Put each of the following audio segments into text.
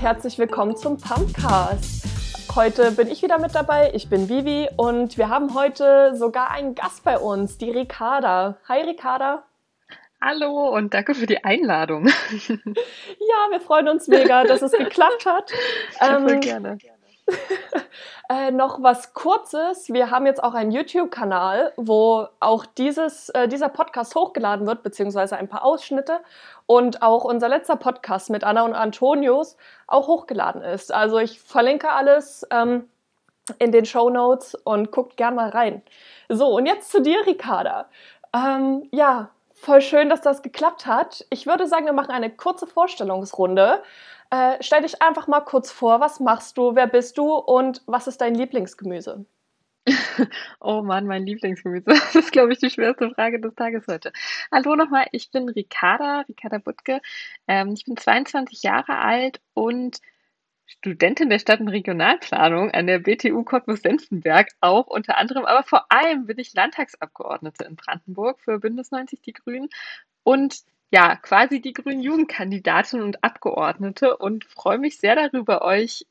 herzlich willkommen zum Pumpcast. Heute bin ich wieder mit dabei, ich bin Vivi und wir haben heute sogar einen Gast bei uns, die Ricarda. Hi Ricarda. Hallo und danke für die Einladung. Ja, wir freuen uns mega, dass es geklappt hat. Ja, voll gerne. Noch was Kurzes. Wir haben jetzt auch einen YouTube-Kanal, wo auch dieser Podcast hochgeladen wird, beziehungsweise ein paar Ausschnitte. Und auch unser letzter Podcast mit Anna und Antonius auch hochgeladen ist. Also ich verlinke alles in den Shownotes und guckt gern mal rein. So, und jetzt zu dir, Ricarda. Ja, voll schön, dass das geklappt hat. Ich würde sagen, wir machen eine kurze Vorstellungsrunde. Stell dich einfach mal kurz vor, was machst du, wer bist du und was ist dein Lieblingsgemüse? Oh Mann, mein Lieblingsgemüse. Das ist, glaube ich, die schwerste Frage des Tages heute. Hallo nochmal, ich bin Ricarda Buttke. Ich bin 22 Jahre alt und Studentin der Stadt- und Regionalplanung an der BTU Cottbus-Senftenberg auch unter anderem, aber vor allem bin ich Landtagsabgeordnete in Brandenburg für Bündnis 90 Die Grünen und ja, quasi die grünen Jugendkandidatin und Abgeordnete und freue mich sehr darüber, euch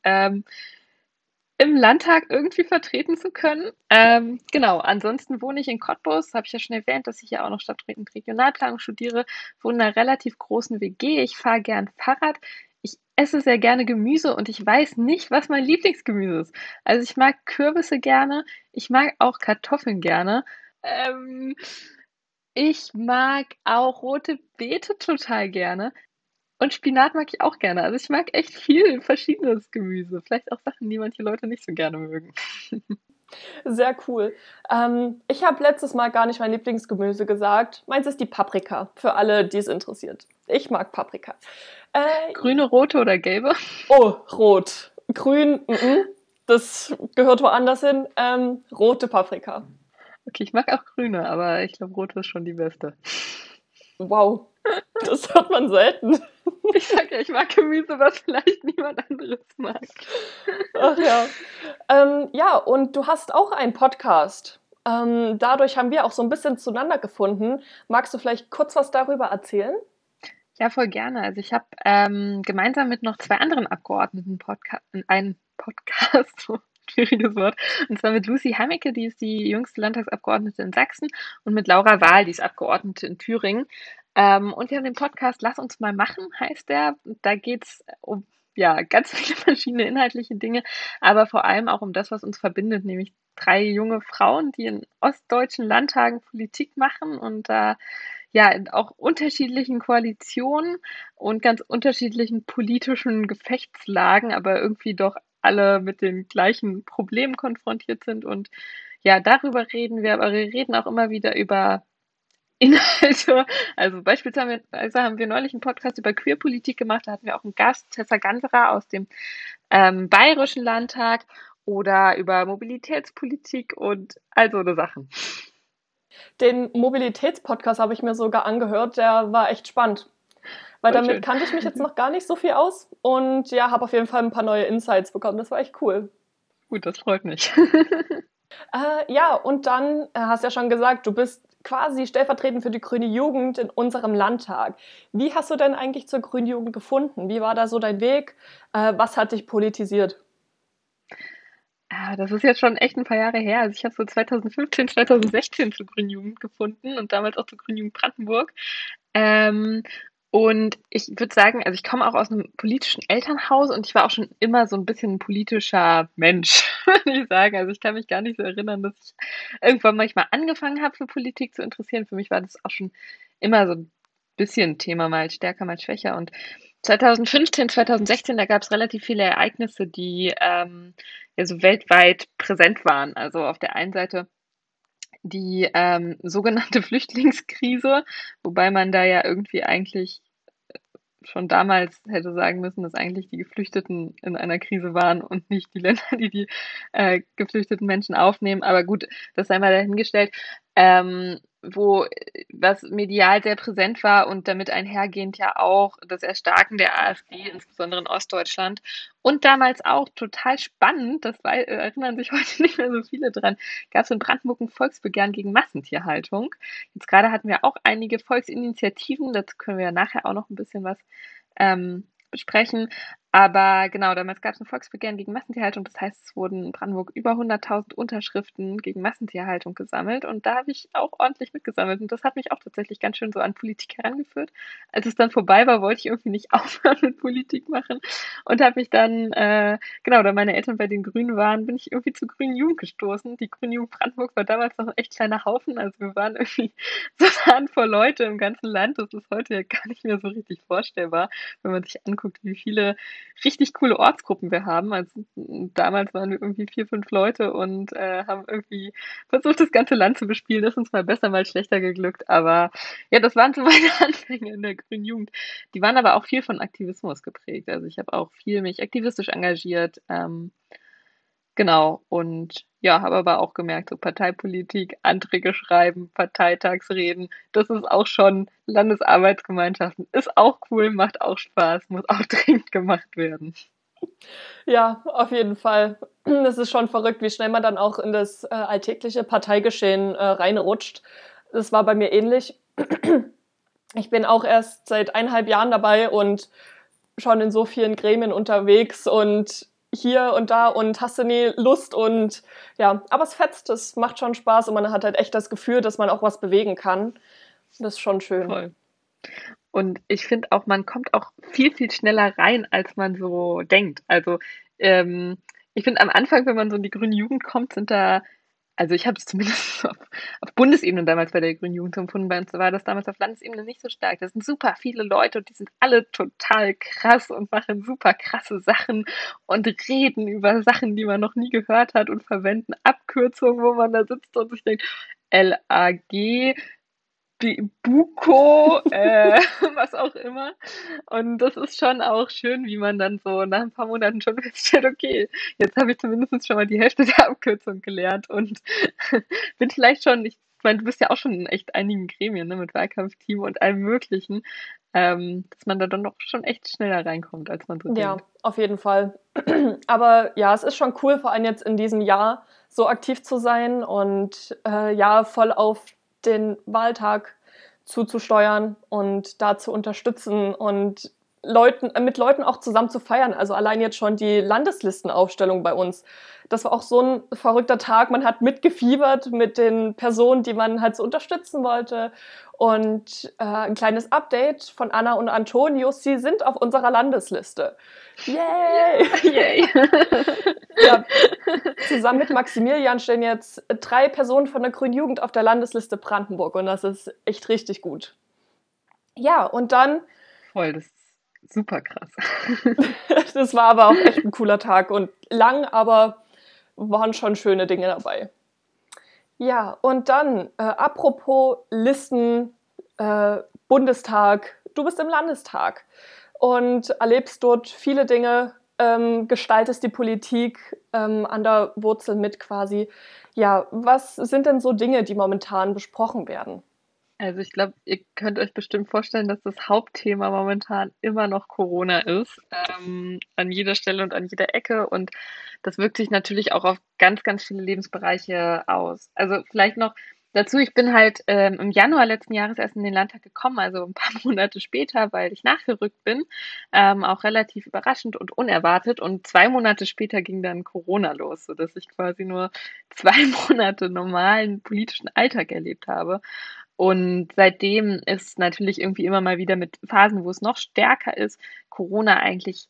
im Landtag irgendwie vertreten zu können. Genau, ansonsten wohne ich in Cottbus, habe ich ja schon erwähnt, dass ich ja auch noch Stadt- und Regionalplanung studiere, wohne in einer relativ großen WG, ich fahre gern Fahrrad, ich esse sehr gerne Gemüse und ich weiß nicht, was mein Lieblingsgemüse ist. Also ich mag Kürbisse gerne, ich mag auch Kartoffeln gerne. Ähm, Ich mag auch rote Beete total gerne. Und Spinat mag ich auch gerne. Also ich mag echt viel verschiedenes Gemüse. Vielleicht auch Sachen, die manche Leute nicht so gerne mögen. Sehr cool. Ich habe letztes Mal gar nicht mein Lieblingsgemüse gesagt. Meins ist die Paprika, für alle, die es interessiert. Ich mag Paprika. Grüne, rote oder gelbe? Oh, rot. Grün, das gehört woanders hin. Rote Paprika. Okay, ich mag auch grüne, aber ich glaube, rote ist schon die beste. Wow, das hört man selten. Ich sag ja, ich mag Gemüse, was vielleicht niemand anderes mag. Ach ja. Ja, und du hast auch einen Podcast. Dadurch haben wir auch so ein bisschen zueinander gefunden. Magst du vielleicht kurz was darüber erzählen? Ja, voll gerne. Also ich habe gemeinsam mit noch zwei anderen Abgeordneten einen Podcast, so schwieriges Wort, und zwar mit Lucy Hanneke, die ist die jüngste Landtagsabgeordnete in Sachsen, und mit Laura Wahl, die ist Abgeordnete in Thüringen. Und wir haben den Podcast Lass uns mal machen, heißt der. Da geht's um ja, ganz viele verschiedene inhaltliche Dinge, aber vor allem auch um das, was uns verbindet, nämlich drei junge Frauen, die in ostdeutschen Landtagen Politik machen und da ja, in auch unterschiedlichen Koalitionen und ganz unterschiedlichen politischen Gefechtslagen, aber irgendwie doch alle mit den gleichen Problemen konfrontiert sind. Und ja, darüber reden wir, aber wir reden auch immer wieder über Inhalte. Also beispielsweise haben wir neulich einen Podcast über Queerpolitik gemacht. Da hatten wir auch einen Gast, Tessa Ganserer aus dem Bayerischen Landtag oder über Mobilitätspolitik und all so eine Sachen. Den Mobilitätspodcast habe ich mir sogar angehört, der war echt spannend. Weil Voll damit schön. kannte ich mich jetzt noch gar nicht so viel aus und ja, habe auf jeden Fall ein paar neue Insights bekommen. Das war echt cool. Gut, das freut mich. Ja, und dann hast ja schon gesagt, du bist quasi stellvertretend für die Grüne Jugend in unserem Landtag. Wie hast du denn eigentlich zur Grünen Jugend gefunden? Wie war da so dein Weg? Was hat dich politisiert? Das ist jetzt schon echt ein paar Jahre her. Also ich habe so 2015, 2016 zur Grünen Jugend gefunden und damals auch zur Grünen Jugend Brandenburg. Ähm, und ich würde sagen, also ich komme auch aus einem politischen Elternhaus und ich war auch schon immer so ein bisschen ein politischer Mensch, würde ich sagen. Also ich kann mich gar nicht so erinnern, dass ich irgendwann manchmal angefangen habe, für Politik zu interessieren. Für mich war das auch schon immer so ein bisschen Thema, mal stärker, mal schwächer. Und 2015, 2016, da gab es relativ viele Ereignisse, die ja so weltweit präsent waren. Also auf der einen Seite die sogenannte Flüchtlingskrise, wobei man da ja irgendwie eigentlich schon damals hätte sagen müssen, dass eigentlich die Geflüchteten in einer Krise waren und nicht die Länder, die die geflüchteten Menschen aufnehmen. Aber gut, das sei mal dahingestellt. Wo was medial sehr präsent war und damit einhergehend ja auch das Erstarken der AfD, insbesondere in Ostdeutschland. Und damals auch total spannend, erinnern sich heute nicht mehr so viele dran, gab es in Brandenburg ein Volksbegehren gegen Massentierhaltung. Jetzt gerade hatten wir auch einige Volksinitiativen, dazu können wir ja nachher auch noch ein bisschen was besprechen. Aber genau, damals gab es ein Volksbegehren gegen Massentierhaltung. Das heißt, es wurden in Brandenburg über 100.000 Unterschriften gegen Massentierhaltung gesammelt. Und da habe ich auch ordentlich mitgesammelt. Und das hat mich auch tatsächlich ganz schön so an Politik herangeführt. Als es dann vorbei war, wollte ich irgendwie nicht aufhören mit Politik machen und habe mich dann, genau, da meine Eltern bei den Grünen waren, bin ich irgendwie zur Grünen Jugend gestoßen. Die Grüne Jugend Brandenburg war damals noch ein echt kleiner Haufen. Also wir waren irgendwie so eine Handvoll Leute im ganzen Land. Das ist heute ja gar nicht mehr so richtig vorstellbar, wenn man sich anguckt, wie viele richtig coole Ortsgruppen wir haben. Also damals waren wir irgendwie 4, 5 Leute und haben irgendwie versucht, das ganze Land zu bespielen. Das ist uns mal besser, mal schlechter geglückt. Aber ja, das waren so meine Anfänge in der Grünen Jugend. Die waren aber auch viel von Aktivismus geprägt. Also ich habe auch viel mich aktivistisch engagiert. Genau. Und ja, habe aber auch gemerkt, so Parteipolitik, Anträge schreiben, Parteitagsreden, das ist auch schon Landesarbeitsgemeinschaften. Ist auch cool, macht auch Spaß, muss auch dringend gemacht werden. Ja, auf jeden Fall. Es ist schon verrückt, wie schnell man dann auch in das alltägliche Parteigeschehen reinrutscht. Das war bei mir ähnlich. Ich bin auch erst seit 1,5 Jahren dabei und schon in so vielen Gremien unterwegs und hier und da und hast du nie Lust und ja, aber es fetzt, es macht schon Spaß und man hat halt echt das Gefühl, dass man auch was bewegen kann. Das ist schon schön. Voll. Und ich finde auch, man kommt auch viel, viel schneller rein, als man so denkt. Also ähm, ich finde am Anfang, wenn man so in die grüne Jugend kommt, sind da, also ich habe es zumindest auf Bundesebene damals bei der Grünen Jugend so empfunden, bei uns war das damals auf Landesebene nicht so stark. Das sind super viele Leute und die sind alle total krass und machen super krasse Sachen und reden über Sachen, die man noch nie gehört hat und verwenden Abkürzungen, wo man da sitzt und sich denkt, LAG, Buko, was auch immer. Und das ist schon auch schön, wie man dann so nach ein paar Monaten schon feststellt, okay, jetzt habe ich zumindest schon mal die Hälfte der Abkürzung gelernt und bin vielleicht schon, ich meine, du bist ja auch schon in echt einigen Gremien, ne, mit Wahlkampfteam und allem Möglichen, dass man da dann doch schon echt schneller reinkommt, als man so Ja, denkt. auf jeden Fall. Aber ja, es ist schon cool, vor allem jetzt in diesem Jahr so aktiv zu sein und ja, voll auf den Wahltag zuzusteuern und da zu unterstützen und mit Leuten auch zusammen zu feiern. Also allein jetzt schon die Landeslistenaufstellung bei uns. Das war auch so ein verrückter Tag. Man hat mitgefiebert mit den Personen, die man halt so unterstützen wollte. Und ein kleines Update von Anna und Antonius. Sie sind auf unserer Landesliste. Yay! Ja, yay. Ja, zusammen mit Maximilian stehen jetzt 3 Personen von der Grünen Jugend auf der Landesliste Brandenburg und das ist echt richtig gut. Ja, und dann, Voll, das ist super krass. das war aber auch echt ein cooler Tag und lang, aber waren schon schöne Dinge dabei. Ja, und dann, apropos Listen, äh, Bundestag, du bist im Landestag und erlebst dort viele Dinge, gestaltest die Politik an der Wurzel mit quasi. Ja, was sind denn so Dinge, die momentan besprochen werden? Also ich glaube, ihr könnt euch bestimmt vorstellen, dass das Hauptthema momentan immer noch Corona ist, an jeder Stelle und an jeder Ecke. Und das wirkt sich natürlich auch auf ganz, ganz viele Lebensbereiche aus. Also vielleicht noch dazu, ich bin halt im Januar letzten Jahres erst in den Landtag gekommen, also ein paar Monate später, weil ich nachgerückt bin, auch relativ überraschend und unerwartet. Und 2 Monate später ging dann Corona los, sodass ich quasi nur 2 Monate normalen politischen Alltag erlebt habe. Und seitdem ist natürlich irgendwie immer mal wieder mit Phasen, wo es noch stärker ist, Corona eigentlich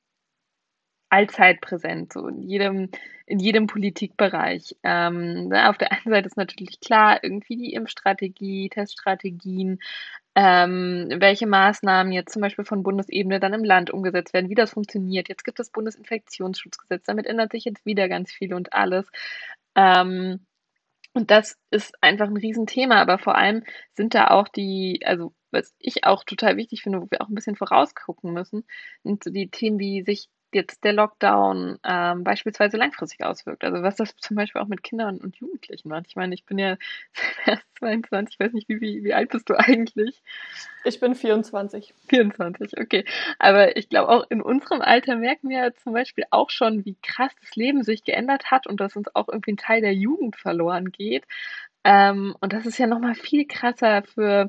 allzeit präsent, so in jedem Politikbereich. Ne, auf der einen Seite ist natürlich klar, irgendwie die Impfstrategie, Teststrategien, welche Maßnahmen jetzt zum Beispiel von Bundesebene dann im Land umgesetzt werden, wie das funktioniert. Jetzt gibt es das Bundesinfektionsschutzgesetz, damit ändert sich jetzt wieder ganz viel und alles. Ähm, und das ist einfach ein Riesenthema, aber vor allem sind da auch also, was ich auch total wichtig finde, wo wir auch ein bisschen vorausgucken müssen, sind so die Themen, wie sich jetzt der Lockdown, beispielsweise langfristig auswirkt. Also, was das zum Beispiel auch mit Kindern und Jugendlichen macht. Ich meine, ich bin ja erst 22, ich weiß nicht, wie alt bist du eigentlich? Ich bin 24. 24, okay. Aber ich glaube, auch in unserem Alter merken wir ja zum Beispiel auch schon, wie krass das Leben sich geändert hat und dass uns auch irgendwie ein Teil der Jugend verloren geht. Und das ist ja noch mal viel krasser für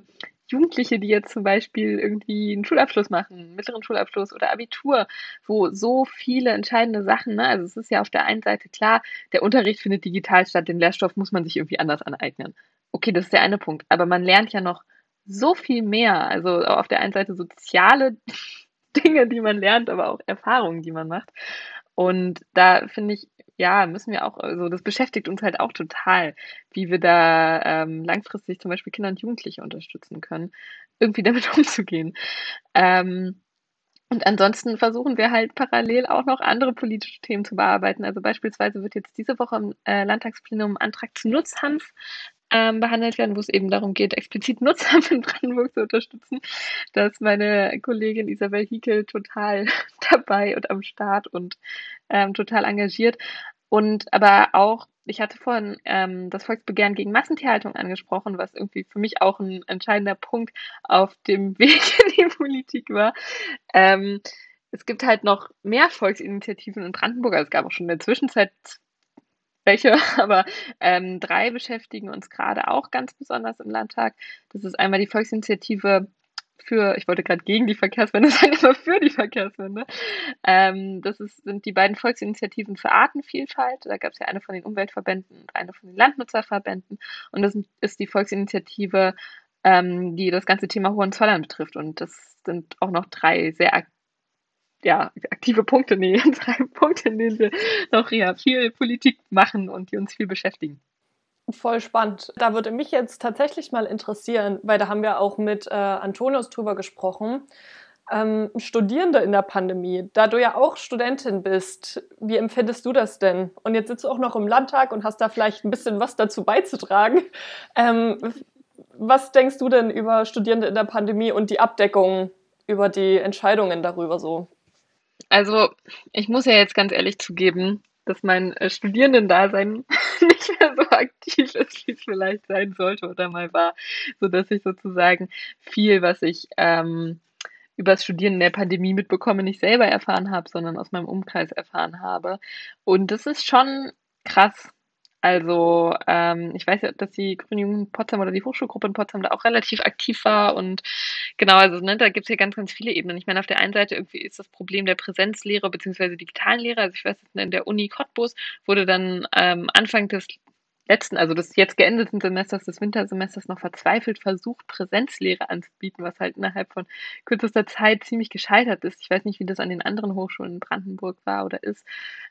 Jugendliche, die jetzt zum Beispiel irgendwie einen Schulabschluss machen, einen mittleren Schulabschluss oder Abitur, wo so viele entscheidende Sachen, ne? Also es ist ja auf der einen Seite klar, der Unterricht findet digital statt, den Lehrstoff muss man sich irgendwie anders aneignen. Okay, das ist der eine Punkt. Aber man lernt ja noch so viel mehr. Also auf der einen Seite soziale Dinge, die man lernt, aber auch Erfahrungen, die man macht. Und da finde ich, ja, müssen wir auch, also das beschäftigt uns halt auch total, wie wir da langfristig zum Beispiel Kinder und Jugendliche unterstützen können, irgendwie damit umzugehen. Ähm, und ansonsten versuchen wir halt parallel auch noch andere politische Themen zu bearbeiten. Also beispielsweise wird jetzt diese Woche im Landtagsplenum ein Antrag zu Nutzhanf behandelt werden, wo es eben darum geht, explizit Nutzhanf in Brandenburg zu unterstützen. Da ist meine Kollegin Isabel Hiekel total dabei und am Start und total engagiert. Und aber auch, ich hatte vorhin das Volksbegehren gegen Massentierhaltung angesprochen, was irgendwie für mich auch ein entscheidender Punkt auf dem Weg in die Politik war. Ähm, Es gibt halt noch mehr Volksinitiativen in Brandenburg. Also es gab auch schon in der Zwischenzeit welche, aber 3 beschäftigen uns gerade auch ganz besonders im Landtag. Das ist einmal die Volksinitiative für, ich wollte gerade gegen die Verkehrswende sagen, aber für die Verkehrswende. Sind die beiden Volksinitiativen für Artenvielfalt. Da gab es ja eine von den Umweltverbänden und eine von den Landnutzerverbänden. Und das ist die Volksinitiative, die das ganze Thema Hohenzollern betrifft. Und das sind auch noch 3 sehr aktive Punkte, nee, 3 Punkte, in denen wir noch viel Politik machen und die uns viel beschäftigen. Voll spannend. Da würde mich jetzt tatsächlich mal interessieren, weil da haben wir auch mit Antonius drüber gesprochen. Studierende in der Pandemie, da du ja auch Studentin bist, wie empfindest du das denn? Und jetzt sitzt du auch noch im Landtag und hast da vielleicht ein bisschen was dazu beizutragen. Was denkst du denn über Studierende in der Pandemie und die Abdeckung über die Entscheidungen darüber so? Also, ich muss ja jetzt ganz ehrlich zugeben, dass mein Studierendendasein nicht mehr so aktiv ist, wie es vielleicht sein sollte oder mal war, sodass ich sozusagen viel, was ich über das Studieren in der Pandemie mitbekomme, nicht selber erfahren habe, sondern aus meinem Umkreis erfahren habe. Und das ist schon krass. Also, ich weiß ja, dass die Grüne Jugend Potsdam oder die Hochschulgruppe in Potsdam da auch relativ aktiv war und genau, also, ne, da gibt's ja ganz, ganz viele Ebenen. Ich meine, auf der einen Seite irgendwie ist das Problem der Präsenzlehre beziehungsweise digitalen Lehre. Also, ich weiß, in der Uni Cottbus wurde dann Anfang des also des jetzt geendeten Semesters, des Wintersemesters, noch verzweifelt versucht, Präsenzlehre anzubieten, was halt innerhalb von kürzester Zeit ziemlich gescheitert ist. Ich weiß nicht, wie das an den anderen Hochschulen in Brandenburg war oder ist.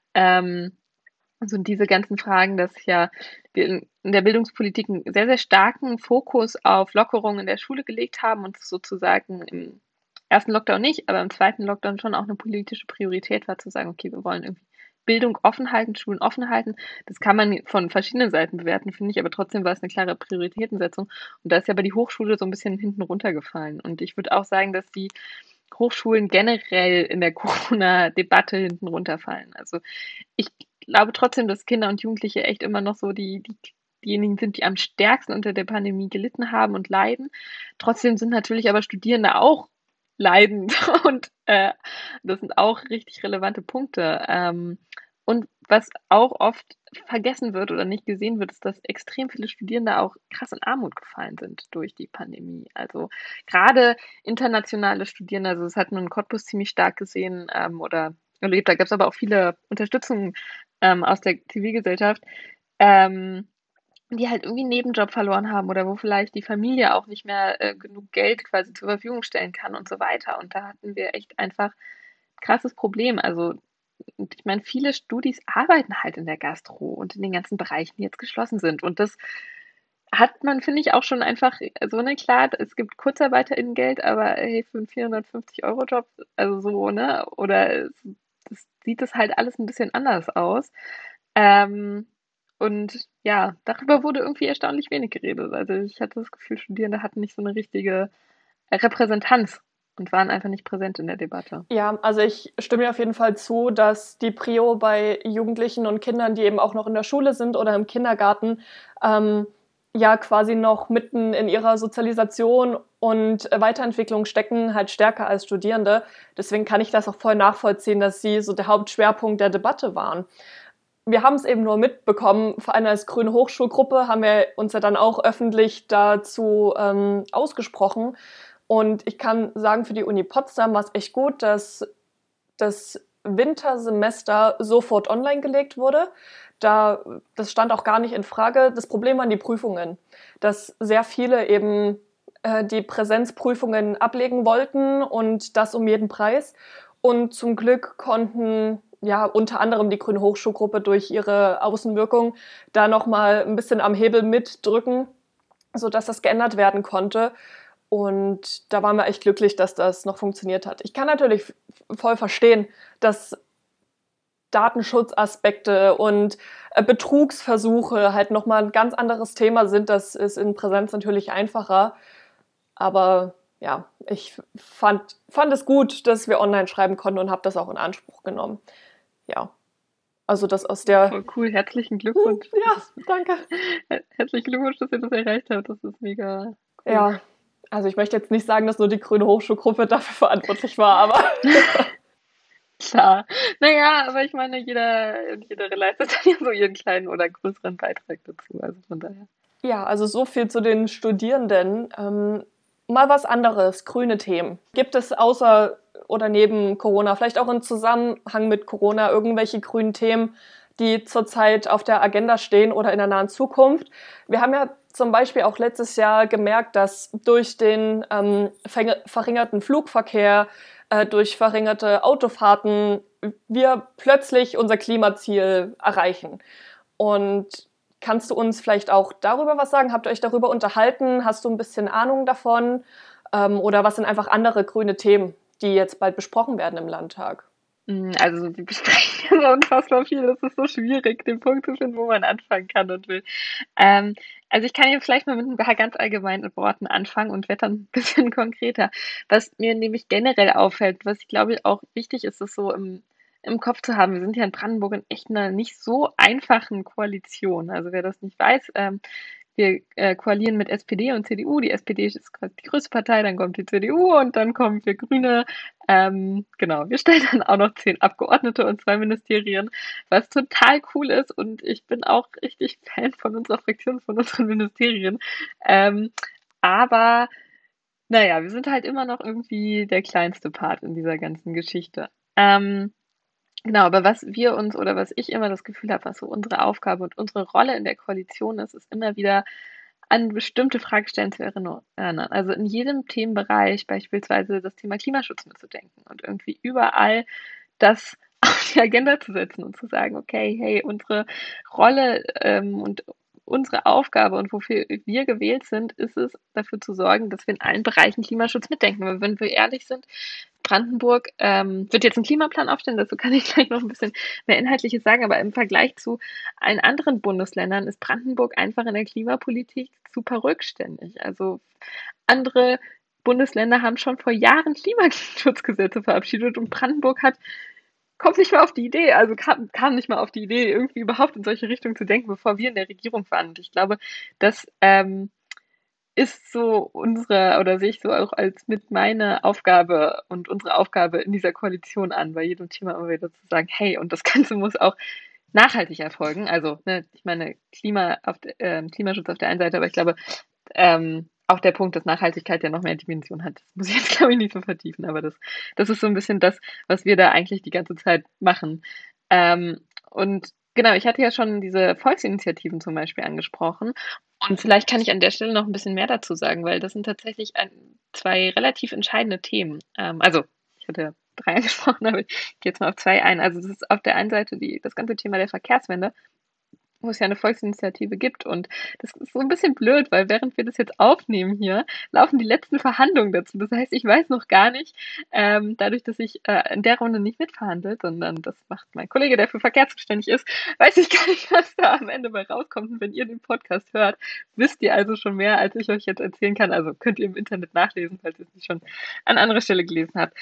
Ähm, also diese ganzen Fragen, dass ja wir in der Bildungspolitik einen sehr, sehr starken Fokus auf Lockerungen in der Schule gelegt haben und es sozusagen im ersten Lockdown nicht, aber im zweiten Lockdown schon auch eine politische Priorität war, zu sagen, okay, wir wollen irgendwie Bildung offen halten, Schulen offen halten. Das kann man von verschiedenen Seiten bewerten, finde ich, aber trotzdem war es eine klare Prioritätensetzung. Und da ist ja aber die Hochschule so ein bisschen hinten runtergefallen. Und ich würde auch sagen, dass die Hochschulen generell in der Corona-Debatte hinten runterfallen. Also ich glaube trotzdem, dass Kinder und Jugendliche echt immer noch so diejenigen sind, die am stärksten unter der Pandemie gelitten haben und leiden. Trotzdem sind natürlich aber Studierende auch leidend und das sind auch richtig relevante Punkte. Und was auch oft vergessen wird oder nicht gesehen wird, ist, dass extrem viele Studierende auch krass in Armut gefallen sind durch die Pandemie. Also gerade internationale Studierende, also das hat man in Cottbus ziemlich stark gesehen oder erlebt. Da gab es aber auch viele Unterstützungen aus der Zivilgesellschaft, ähm, die halt irgendwie 'n Nebenjob verloren haben oder wo vielleicht die Familie auch nicht mehr genug Geld quasi zur Verfügung stellen kann und so weiter. Und da hatten wir echt einfach krasses Problem. Also, und ich meine, viele Studis arbeiten halt in der Gastro und in den ganzen Bereichen, die jetzt geschlossen sind. Und das hat man, finde ich, auch schon einfach so, ne, klar, es gibt KurzarbeiterInnen-Geld, aber hey, für 'n 450 € Job, also so, ne, oder das sieht das halt alles ein bisschen anders aus. Ähm, und ja, darüber wurde irgendwie erstaunlich wenig geredet. Also, ich hatte das Gefühl, Studierende hatten nicht so eine richtige Repräsentanz und waren einfach nicht präsent in der Debatte. Ja, also ich stimme dir auf jeden Fall zu, dass die Prio bei Jugendlichen und Kindern, die eben auch noch in der Schule sind oder im Kindergarten, ja quasi noch mitten in ihrer Sozialisation und Weiterentwicklung stecken, halt stärker als Studierende. Deswegen kann ich das auch voll nachvollziehen, dass sie so der Hauptschwerpunkt der Debatte waren. wir haben es eben nur mitbekommen, vor allem als Grüne Hochschulgruppe haben wir uns ja dann auch öffentlich dazu ausgesprochen. Und ich kann sagen, für die Uni Potsdam war es echt gut, dass das Wintersemester sofort online gelegt wurde. Das stand auch gar nicht in Frage. Das Problem waren die Prüfungen, dass sehr viele eben die Präsenzprüfungen ablegen wollten und das um jeden Preis. Und zum Glück konnten ja unter anderem die Grüne Hochschulgruppe durch ihre Außenwirkung da nochmal ein bisschen am Hebel mitdrücken, sodass das geändert werden konnte. Und da waren wir echt glücklich, dass das noch funktioniert hat. Ich kann natürlich voll verstehen, dass Datenschutzaspekte und Betrugsversuche halt nochmal ein ganz anderes Thema sind. Das ist in Präsenz natürlich einfacher. Aber ja, ich fand es gut, dass wir online schreiben konnten und habe das auch in Anspruch genommen. Ja, also das aus der... Voll cool, herzlichen Glückwunsch. Ja, danke. Herzlichen Glückwunsch, dass ihr das erreicht habt. Das ist mega cool. Ja, also ich möchte jetzt nicht sagen, dass nur die Grüne Hochschulgruppe dafür verantwortlich war, aber... Klar. Naja, aber ich meine, jeder und jede leistet dann ja so ihren kleinen oder größeren Beitrag dazu. Also von daher. Ja, also so viel zu den Studierenden. Mal was anderes, grüne Themen. Gibt es außer oder neben Corona, vielleicht auch im Zusammenhang mit Corona, irgendwelche grünen Themen, die zurzeit auf der Agenda stehen oder in der nahen Zukunft? Wir haben ja zum Beispiel auch letztes Jahr gemerkt, dass durch den verringerten Flugverkehr, durch verringerte Autofahrten wir plötzlich unser Klimaziel erreichen. Und kannst du uns vielleicht auch darüber was sagen? Habt ihr euch darüber unterhalten? Hast du ein bisschen Ahnung davon? Oder was sind einfach andere grüne Themen, die jetzt bald besprochen werden im Landtag? Also wir besprechen ja so unfassbar viel. Das ist so schwierig, den Punkt zu finden, wo man anfangen kann und will. Also ich kann hier vielleicht mal mit ein paar ganz allgemeinen Worten anfangen und werde dann ein bisschen konkreter. Was mir nämlich generell auffällt, was ich glaube auch wichtig ist, ist so im Kopf zu haben. Wir sind ja in Brandenburg in echt einer nicht so einfachen Koalition. Also wer das nicht weiß, wir koalieren mit SPD und CDU. Die SPD ist quasi die größte Partei, dann kommt die CDU und dann kommen wir Grüne. Genau, wir stellen dann auch noch 10 Abgeordnete und 2 Ministerien, was total cool ist. Und ich bin auch richtig Fan von unserer Fraktion, von unseren Ministerien. Aber naja, wir sind halt immer noch irgendwie der kleinste Part in dieser ganzen Geschichte. Genau, aber was wir uns oder was ich immer das Gefühl habe, was so unsere Aufgabe und unsere Rolle in der Koalition ist, ist immer wieder an bestimmte Fragestellen zu erinnern. Also in jedem Themenbereich beispielsweise das Thema Klimaschutz mitzudenken und irgendwie überall das auf die Agenda zu setzen und zu sagen, okay, hey, unsere Rolle und unsere Aufgabe und wofür wir gewählt sind, ist es, dafür zu sorgen, dass wir in allen Bereichen Klimaschutz mitdenken. Weil wenn wir ehrlich sind, Brandenburg wird jetzt einen Klimaplan aufstellen, dazu kann ich gleich noch ein bisschen mehr Inhaltliches sagen, aber im Vergleich zu allen anderen Bundesländern ist Brandenburg einfach in der Klimapolitik super rückständig. Also andere Bundesländer haben schon vor Jahren Klimaschutzgesetze verabschiedet und Brandenburg kommt nicht mal auf die Idee, also kam nicht mal auf die Idee, irgendwie überhaupt in solche Richtungen zu denken, bevor wir in der Regierung waren. Und ich glaube, das ist so unsere, oder sehe ich so auch als mit meine Aufgabe und unsere Aufgabe in dieser Koalition an, bei jedem Thema immer wieder zu sagen, hey, und das Ganze muss auch nachhaltig erfolgen. Also, ne, ich meine, Klimaschutz auf der einen Seite, aber ich glaube, auch der Punkt, dass Nachhaltigkeit ja noch mehr Dimension hat. Das muss ich jetzt, glaube ich, nicht so vertiefen, aber das ist so ein bisschen das, was wir da eigentlich die ganze Zeit machen. Und genau, ich hatte ja schon diese Volksinitiativen zum Beispiel angesprochen. Und vielleicht kann ich an der Stelle noch ein bisschen mehr dazu sagen, weil das sind tatsächlich zwei relativ entscheidende Themen. Also, ich hatte 3 angesprochen, aber ich gehe jetzt mal auf 2 ein. Also, das ist auf der einen Seite das ganze Thema der Verkehrswende, wo es ja eine Volksinitiative gibt. Und das ist so ein bisschen blöd, weil während wir das jetzt aufnehmen hier, laufen die letzten Verhandlungen dazu. Das heißt, ich weiß noch gar nicht, dadurch, dass ich in der Runde nicht mitverhandelt, sondern das macht mein Kollege, der für Verkehr zuständig ist, weiß ich gar nicht, was da am Ende bei rauskommt. Und wenn ihr den Podcast hört, wisst ihr also schon mehr, als ich euch jetzt erzählen kann. Also könnt ihr im Internet nachlesen, falls ihr es nicht schon an anderer Stelle gelesen habt.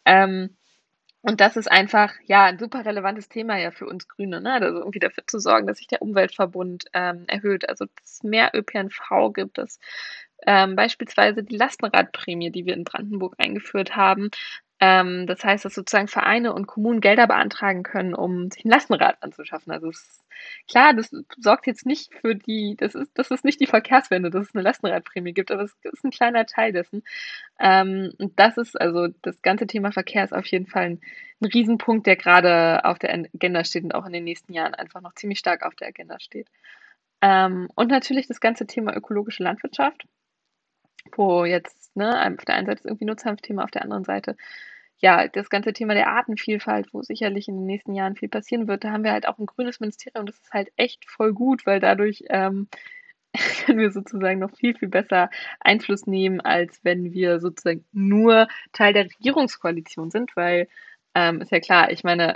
Und das ist einfach, ja, ein super relevantes Thema ja für uns Grüne, ne? Also irgendwie dafür zu sorgen, dass sich der Umweltverbund erhöht, also dass es mehr ÖPNV gibt, dass beispielsweise die Lastenradprämie, die wir in Brandenburg eingeführt haben, Das heißt, dass sozusagen Vereine und Kommunen Gelder beantragen können, um sich ein Lastenrad anzuschaffen. Also es ist klar, das sorgt jetzt nicht für die, das ist nicht die Verkehrswende, dass es eine Lastenradprämie gibt, aber es ist ein kleiner Teil dessen. Und das ist also das ganze Thema Verkehr ist auf jeden Fall ein Riesenpunkt, der gerade auf der Agenda steht und auch in den nächsten Jahren einfach noch ziemlich stark auf der Agenda steht. Und natürlich das ganze Thema ökologische Landwirtschaft, wo jetzt, ne, auf der einen Seite ist irgendwie Nutzhanfthema, auf der anderen Seite ja, das ganze Thema der Artenvielfalt, wo sicherlich in den nächsten Jahren viel passieren wird, da haben wir halt auch ein grünes Ministerium. Das ist halt echt voll gut, weil dadurch können wir sozusagen noch viel, viel besser Einfluss nehmen, als wenn wir sozusagen nur Teil der Regierungskoalition sind, weil ist ja klar, ich meine,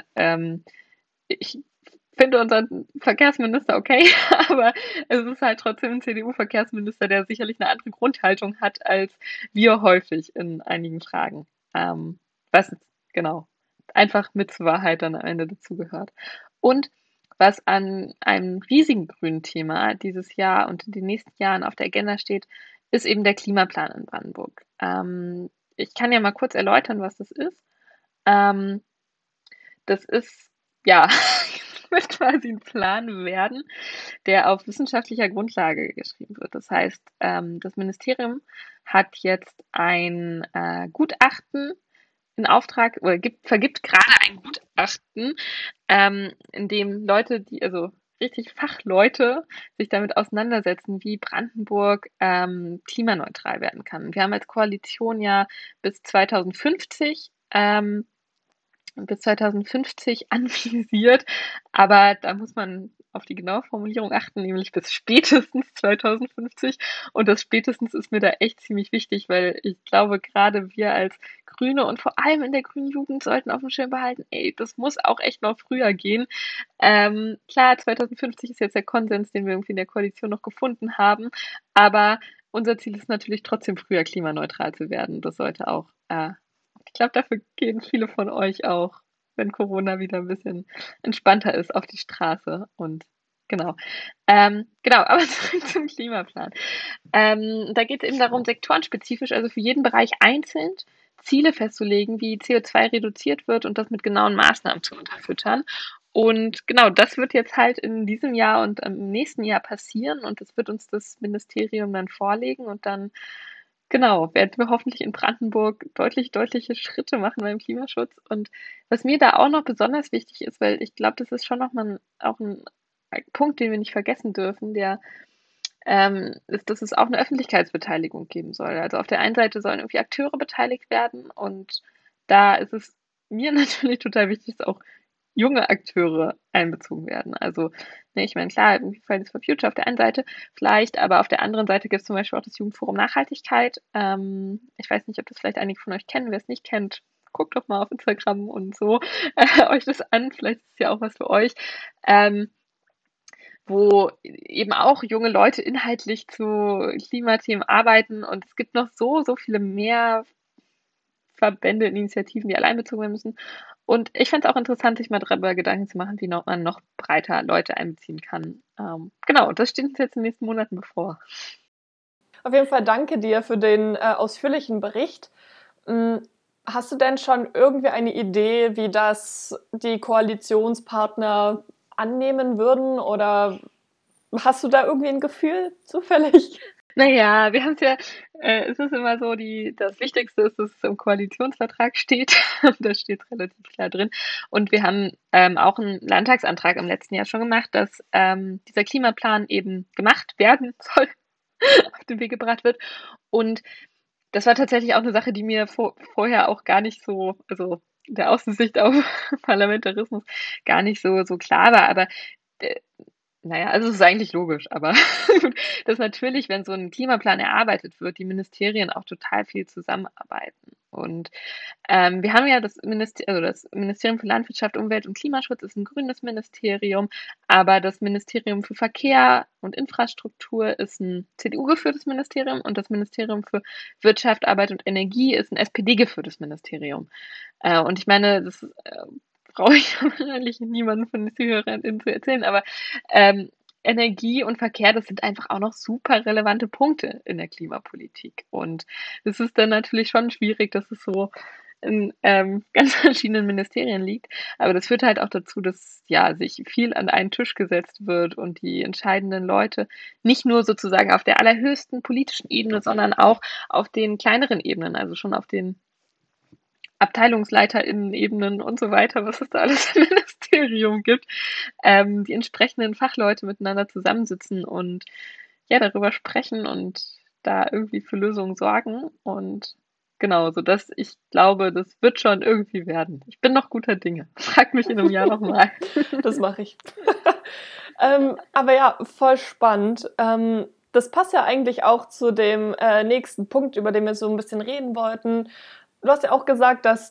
ich finde unseren Verkehrsminister okay, aber es ist halt trotzdem ein CDU-Verkehrsminister, der sicherlich eine andere Grundhaltung hat als wir häufig in einigen Fragen. Was jetzt genau einfach mit zur Wahrheit dann am Ende dazugehört. Und was an einem riesigen grünen Thema dieses Jahr und in den nächsten Jahren auf der Agenda steht, ist eben der Klimaplan in Brandenburg. Ich kann ja mal kurz erläutern, was das ist. Ähm, Das ist, ja, wird quasi ein Plan werden, der auf wissenschaftlicher Grundlage geschrieben wird. Das heißt, das Ministerium hat jetzt ein Gutachten in Auftrag oder vergibt gerade ein Gutachten, in dem Leute, also richtig Fachleute, sich damit auseinandersetzen, wie Brandenburg klimaneutral werden kann. Wir haben als Koalition ja bis 2050 bis 2050 anvisiert, aber da muss man auf die genaue Formulierung achten, nämlich bis spätestens 2050. Und das spätestens ist mir da echt ziemlich wichtig, weil ich glaube, gerade wir als Grüne und vor allem in der grünen Jugend sollten auf dem Schirm behalten, ey, das muss auch echt noch früher gehen. Klar, 2050 ist jetzt der Konsens, den wir irgendwie in der Koalition noch gefunden haben, aber unser Ziel ist natürlich trotzdem früher klimaneutral zu werden. Das sollte auch ich glaube, dafür gehen viele von euch auch, wenn Corona wieder ein bisschen entspannter ist, auf die Straße. Und genau. Genau, aber zurück zum Klimaplan. Da geht es eben darum, sektorenspezifisch, also für jeden Bereich einzeln Ziele festzulegen, wie CO2 reduziert wird und das mit genauen Maßnahmen zu unterfüttern. Und genau, das wird jetzt halt in diesem Jahr und im nächsten Jahr passieren und das wird uns das Ministerium dann vorlegen und dann genau, werden wir hoffentlich in Brandenburg deutliche Schritte machen beim Klimaschutz. Und was mir da auch noch besonders wichtig ist, weil ich glaube, das ist schon noch mal auch ein Punkt, den wir nicht vergessen dürfen, der ist, dass es auch eine Öffentlichkeitsbeteiligung geben soll. Also auf der einen Seite sollen irgendwie Akteure beteiligt werden und da ist es mir natürlich total wichtig, dass auch junge Akteure einbezogen werden. Also, ne, ich meine, klar, irgendwie Fridays for Future auf der einen Seite vielleicht, aber auf der anderen Seite gibt es zum Beispiel auch das Jugendforum Nachhaltigkeit. Ich weiß nicht, ob das vielleicht einige von euch kennen. Wer es nicht kennt, guckt doch mal auf Instagram und so euch das an. Vielleicht ist es ja auch was für euch. Wo eben auch junge Leute inhaltlich zu Klimathemen arbeiten und es gibt noch so viele mehr Verbände und Initiativen, die allein bezogen werden müssen. Und ich fände es auch interessant, sich mal darüber Gedanken zu machen, wie man noch breiter Leute einbeziehen kann. Genau, das steht uns jetzt in den nächsten Monaten bevor. Auf jeden Fall danke dir für den ausführlichen Bericht. Hast du denn schon irgendwie eine Idee, wie das die Koalitionspartner annehmen würden? Oder hast du da irgendwie ein Gefühl zufällig? Naja, wir haben es ja, es ist immer so, das Wichtigste ist, dass es im Koalitionsvertrag steht. Da steht relativ klar drin. Und wir haben auch einen Landtagsantrag im letzten Jahr schon gemacht, dass dieser Klimaplan eben gemacht werden soll, auf den Weg gebracht wird. Und das war tatsächlich auch eine Sache, die mir vorher auch gar nicht so, also der Außensicht auf Parlamentarismus gar nicht so klar war. Aber äh, naja, also es ist eigentlich logisch, aber dass natürlich, wenn so ein Klimaplan erarbeitet wird, die Ministerien auch total viel zusammenarbeiten. Und wir haben ja das Ministerium für Landwirtschaft, Umwelt und Klimaschutz ist ein grünes Ministerium, aber das Ministerium für Verkehr und Infrastruktur ist ein CDU-geführtes Ministerium und das Ministerium für Wirtschaft, Arbeit und Energie ist ein SPD-geführtes Ministerium. Und ich meine, das brauche ich wahrscheinlich niemanden von den ZuhörerInnen zu erzählen, aber Energie und Verkehr, das sind einfach auch noch super relevante Punkte in der Klimapolitik. Und es ist dann natürlich schon schwierig, dass es so in ganz verschiedenen Ministerien liegt. Aber das führt halt auch dazu, dass ja sich viel an einen Tisch gesetzt wird und die entscheidenden Leute nicht nur sozusagen auf der allerhöchsten politischen Ebene, sondern auch auf den kleineren Ebenen, also schon auf den AbteilungsleiterInnen-Ebenen und so weiter, was es da alles im Ministerium gibt, die entsprechenden Fachleute miteinander zusammensitzen und ja, darüber sprechen und da irgendwie für Lösungen sorgen. Und genau, sodass ich glaube, das wird schon irgendwie werden. Ich bin noch guter Dinge. Frag mich in einem Jahr nochmal. Das mache ich. Aber ja, voll spannend. Das passt ja eigentlich auch zu dem nächsten Punkt, über den wir so ein bisschen reden wollten. Du hast ja auch gesagt, dass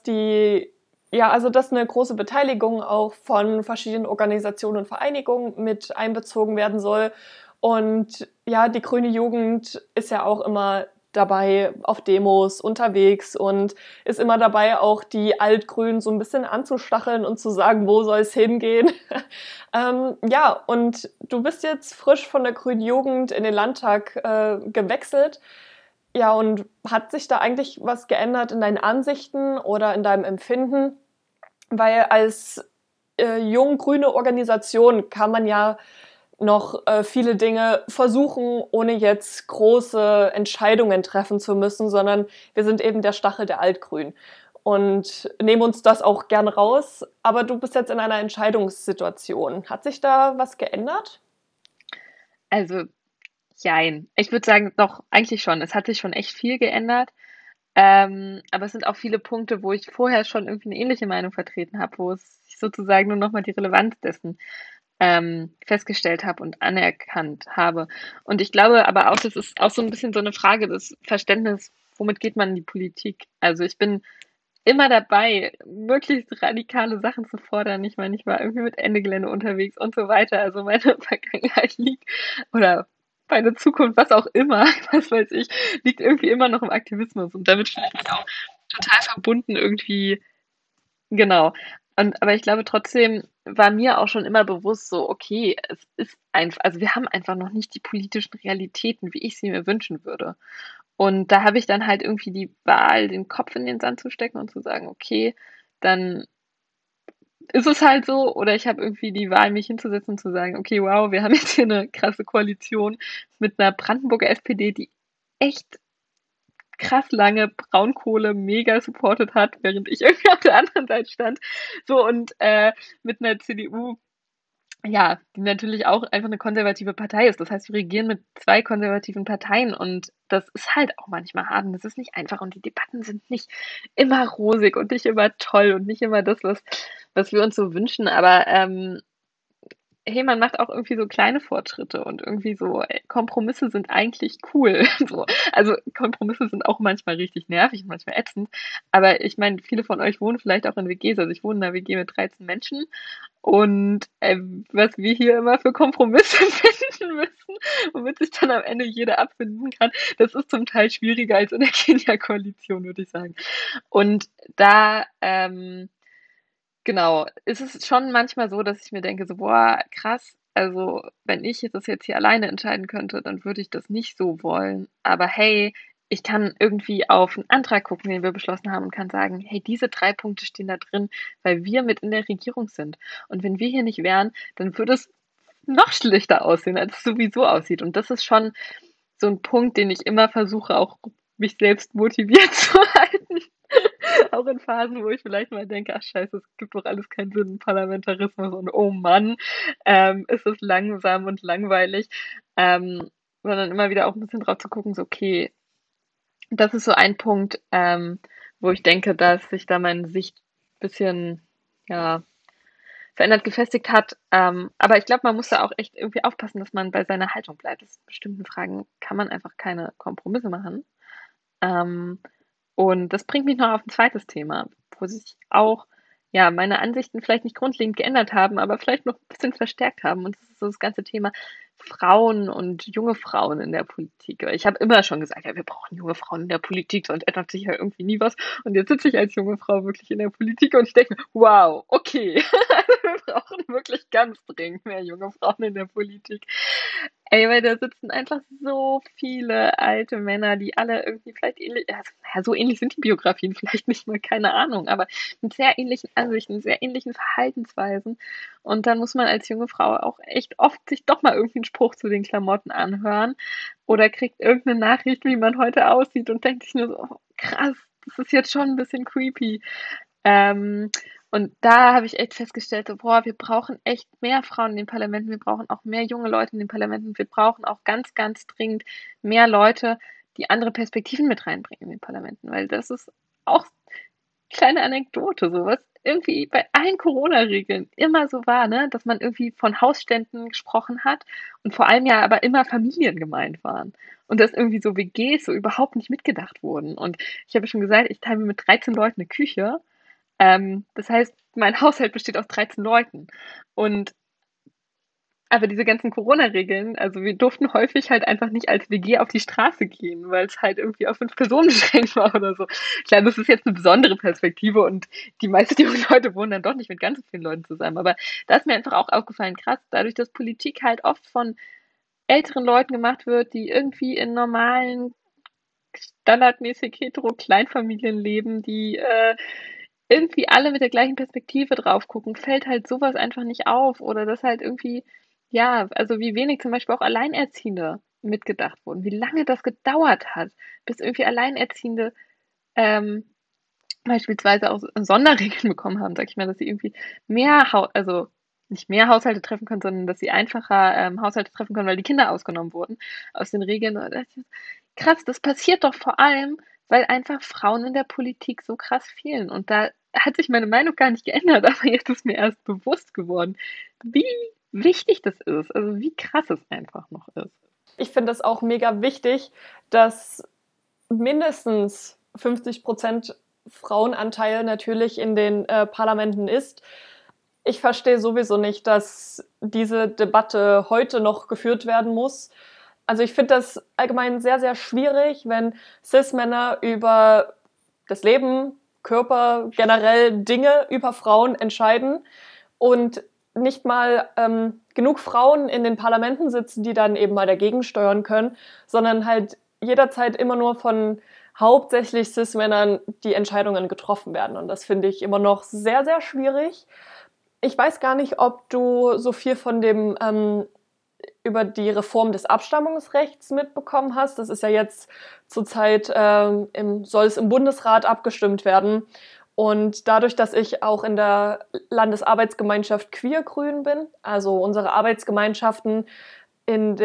dass eine große Beteiligung auch von verschiedenen Organisationen und Vereinigungen mit einbezogen werden soll. Und ja, die grüne Jugend ist ja auch immer dabei auf Demos unterwegs und ist immer dabei, auch die Altgrünen so ein bisschen anzustacheln und zu sagen, wo soll es hingehen. Ja, und du bist jetzt frisch von der grünen Jugend in den Landtag gewechselt. Ja, und hat sich da eigentlich was geändert in deinen Ansichten oder in deinem Empfinden? Weil als jung-grüne Organisation kann man ja noch viele Dinge versuchen, ohne jetzt große Entscheidungen treffen zu müssen, sondern wir sind eben der Stachel der Altgrünen und nehmen uns das auch gern raus. Aber du bist jetzt in einer Entscheidungssituation. Hat sich da was geändert? Also, jein. Ich würde sagen, doch, eigentlich schon. Es hat sich schon echt viel geändert. Aber es sind auch viele Punkte, wo ich vorher schon irgendwie eine ähnliche Meinung vertreten habe, wo es ich sozusagen nur nochmal die Relevanz dessen festgestellt habe und anerkannt habe. Und ich glaube aber auch, das ist auch so ein bisschen so eine Frage des Verständnisses, womit geht man in die Politik? Also ich bin immer dabei, möglichst radikale Sachen zu fordern. Ich meine, ich war irgendwie mit Ende Gelände unterwegs und so weiter. Also meine Vergangenheit liegt oder meine Zukunft, was auch immer, was weiß ich, liegt irgendwie immer noch im Aktivismus und damit fühle ich mich auch total verbunden irgendwie. Genau. Aber ich glaube trotzdem war mir auch schon immer bewusst so, okay, es ist einfach, also wir haben einfach noch nicht die politischen Realitäten, wie ich sie mir wünschen würde. Und da habe ich dann halt irgendwie die Wahl, den Kopf in den Sand zu stecken und zu sagen, okay, dann ist es halt so. Oder ich habe irgendwie die Wahl, mich hinzusetzen und zu sagen, okay, wow, wir haben jetzt hier eine krasse Koalition mit einer Brandenburger SPD, die echt krass lange Braunkohle mega supported hat, während ich irgendwie auf der anderen Seite stand. So und mit einer CDU, ja, die natürlich auch einfach eine konservative Partei ist. Das heißt, wir regieren mit zwei konservativen Parteien und das ist halt auch manchmal hart und das ist nicht einfach und die Debatten sind nicht immer rosig und nicht immer toll und nicht immer das, was wir uns so wünschen. Aber hey, man macht auch irgendwie so kleine Fortschritte und irgendwie so Kompromisse sind eigentlich cool. So. Also Kompromisse sind auch manchmal richtig nervig und manchmal ätzend. Aber ich meine, viele von euch wohnen vielleicht auch in WGs. Also ich wohne in einer WG mit 13 Menschen und was wir hier immer für Kompromisse finden müssen, womit sich dann am Ende jeder abfinden kann, das ist zum Teil schwieriger als in der Kenia-Koalition, würde ich sagen. Und da genau. Ist es schon manchmal so, dass ich mir denke, so, boah, krass, also wenn ich das jetzt hier alleine entscheiden könnte, dann würde ich das nicht so wollen. Aber hey, ich kann irgendwie auf einen Antrag gucken, den wir beschlossen haben und kann sagen, hey, diese 3 Punkte stehen da drin, weil wir mit in der Regierung sind. Und wenn wir hier nicht wären, dann würde es noch schlechter aussehen, als es sowieso aussieht. Und das ist schon so ein Punkt, den ich immer versuche, auch mich selbst motiviert zu halten. Auch in Phasen, wo ich vielleicht mal denke, ach scheiße, es gibt doch alles keinen Sinn im Parlamentarismus und oh Mann, ist es langsam und langweilig. Sondern immer wieder auch ein bisschen drauf zu gucken, so okay, das ist so ein Punkt, wo ich denke, dass sich da meine Sicht ein bisschen, ja, verändert gefestigt hat. Aber ich glaube, man muss da auch echt irgendwie aufpassen, dass man bei seiner Haltung bleibt. In bestimmten Fragen kann man einfach keine Kompromisse machen. Ähm, und das bringt mich noch auf ein zweites Thema, wo sich auch, ja, meine Ansichten vielleicht nicht grundlegend geändert haben, aber vielleicht noch ein bisschen verstärkt haben. Und das ist so das ganze Thema Frauen und junge Frauen in der Politik. Weil ich habe immer schon gesagt, ja, wir brauchen junge Frauen in der Politik, sonst ändert sich ja irgendwie nie was. Und jetzt sitze ich als junge Frau wirklich in der Politik und ich denke mir, wow, okay, wir brauchen wirklich ganz dringend mehr junge Frauen in der Politik. Ey, weil da sitzen einfach so viele alte Männer, die alle irgendwie vielleicht ähnlich, ja, so ähnlich sind die Biografien vielleicht nicht mal, keine Ahnung, aber mit sehr ähnlichen Ansichten, sehr ähnlichen Verhaltensweisen. Und dann muss man als junge Frau auch echt oft sich doch mal irgendwie einen Spruch zu den Klamotten anhören oder kriegt irgendeine Nachricht, wie man heute aussieht und denkt sich nur so, oh, krass, das ist jetzt schon ein bisschen creepy. Ähm, und da habe ich echt festgestellt, so, boah, wir brauchen echt mehr Frauen in den Parlamenten, wir brauchen auch mehr junge Leute in den Parlamenten, wir brauchen auch ganz, ganz dringend mehr Leute, die andere Perspektiven mit reinbringen in den Parlamenten, weil das ist auch kleine Anekdote, so was irgendwie bei allen Corona-Regeln immer so war, ne, dass man irgendwie von Hausständen gesprochen hat und vor allem ja aber immer Familien gemeint waren und dass irgendwie so WGs so überhaupt nicht mitgedacht wurden. Und ich habe schon gesagt, ich teile mir mit 13 Leuten eine Küche. Das heißt, mein Haushalt besteht aus 13 Leuten. Und aber diese ganzen Corona-Regeln, also wir durften häufig halt einfach nicht als WG auf die Straße gehen, weil es halt irgendwie auf 5 Personen beschränkt war oder so. Klar, das ist jetzt eine besondere Perspektive und die meisten jungen Leute wohnen dann doch nicht mit ganz so vielen Leuten zusammen. Aber da ist mir einfach auch aufgefallen, krass, dadurch, dass Politik halt oft von älteren Leuten gemacht wird, die irgendwie in normalen, standardmäßig hetero Kleinfamilien leben, die irgendwie alle mit der gleichen Perspektive drauf gucken, fällt halt sowas einfach nicht auf. Oder dass halt irgendwie, ja, also wie wenig zum Beispiel auch Alleinerziehende mitgedacht wurden, wie lange das gedauert hat, bis irgendwie Alleinerziehende ähm, beispielsweise auch Sonderregeln bekommen haben, sag ich mal, dass sie irgendwie also nicht mehr Haushalte treffen können, sondern dass sie einfacher Haushalte treffen können, weil die Kinder ausgenommen wurden aus den Regeln. Und das ist krass, das passiert doch vor allem, weil einfach Frauen in der Politik so krass fehlen. Und da hat sich meine Meinung gar nicht geändert, aber jetzt ist mir erst bewusst geworden, wie wichtig das ist, also wie krass es einfach noch ist. Ich finde es auch mega wichtig, dass mindestens 50% Frauenanteil natürlich in den Parlamenten ist. Ich verstehe sowieso nicht, dass diese Debatte heute noch geführt werden muss. Also ich finde das allgemein sehr, sehr schwierig, wenn Cis-Männer über das Leben, Körper, generell Dinge über Frauen entscheiden und nicht mal genug Frauen in den Parlamenten sitzen, die dann eben mal dagegen steuern können, sondern halt jederzeit immer nur von hauptsächlich Cis-Männern die Entscheidungen getroffen werden. Und das finde ich immer noch sehr, sehr schwierig. Ich weiß gar nicht, ob du so viel von dem über die Reform des Abstammungsrechts mitbekommen hast. Das ist ja jetzt zurzeit soll es im Bundesrat abgestimmt werden. Und dadurch, dass ich auch in der Landesarbeitsgemeinschaft Queer-Grün bin, also unsere Arbeitsgemeinschaften in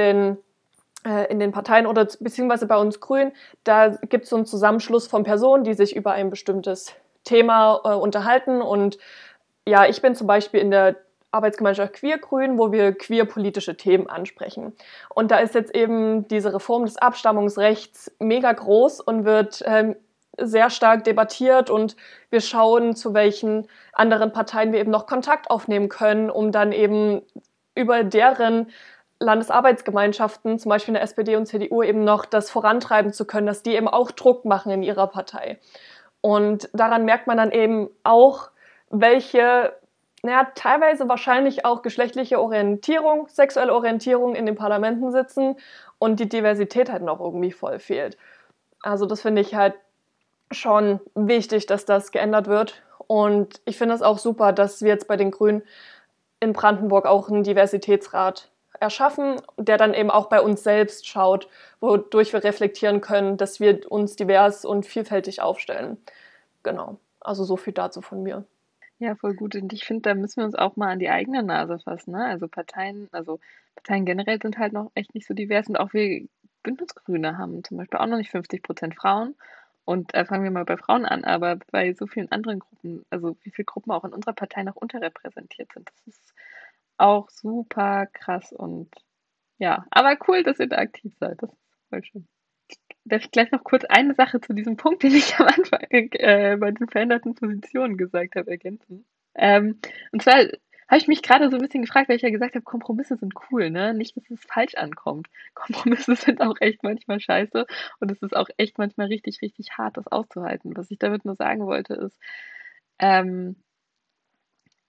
den Parteien oder beziehungsweise bei uns Grün, da gibt es so einen Zusammenschluss von Personen, die sich über ein bestimmtes Thema unterhalten. Und ja, ich bin zum Beispiel in der Arbeitsgemeinschaft Queer-Grün, wo wir queer-politische Themen ansprechen. Und da ist jetzt eben diese Reform des Abstammungsrechts mega groß und wird sehr stark debattiert und wir schauen, zu welchen anderen Parteien wir eben noch Kontakt aufnehmen können, um dann eben über deren Landesarbeitsgemeinschaften, zum Beispiel in der SPD und CDU, eben noch das vorantreiben zu können, dass die eben auch Druck machen in ihrer Partei. Und daran merkt man dann eben auch, welche, naja, teilweise wahrscheinlich auch geschlechtliche Orientierung, sexuelle Orientierung in den Parlamenten sitzen und die Diversität halt noch irgendwie voll fehlt. Also das finde ich halt schon wichtig, dass das geändert wird. Und ich finde es auch super, dass wir jetzt bei den Grünen in Brandenburg auch einen Diversitätsrat erschaffen, der dann eben auch bei uns selbst schaut, wodurch wir reflektieren können, dass wir uns divers und vielfältig aufstellen. Genau, also so viel dazu von mir. Ja, voll gut. Und ich finde, da müssen wir uns auch mal an die eigene Nase fassen, ne? Also Parteien generell sind halt noch echt nicht so divers und auch wir Bündnisgrüne haben zum Beispiel auch noch nicht 50% Frauen. Und fangen wir mal bei Frauen an, aber bei so vielen anderen Gruppen, also wie viele Gruppen auch in unserer Partei noch unterrepräsentiert sind, das ist auch super krass und ja, aber cool, dass ihr da aktiv seid. Das ist voll schön. Darf ich gleich noch kurz eine Sache zu diesem Punkt, den ich am Anfang bei den veränderten Positionen gesagt habe, ergänzen? Ähm, und zwar habe ich mich gerade so ein bisschen gefragt, weil ich ja gesagt habe, Kompromisse sind cool, ne? Nicht, dass es falsch ankommt. Kompromisse sind auch echt manchmal scheiße und es ist auch echt manchmal richtig, richtig hart, das auszuhalten. Was ich damit nur sagen wollte, ist, ähm,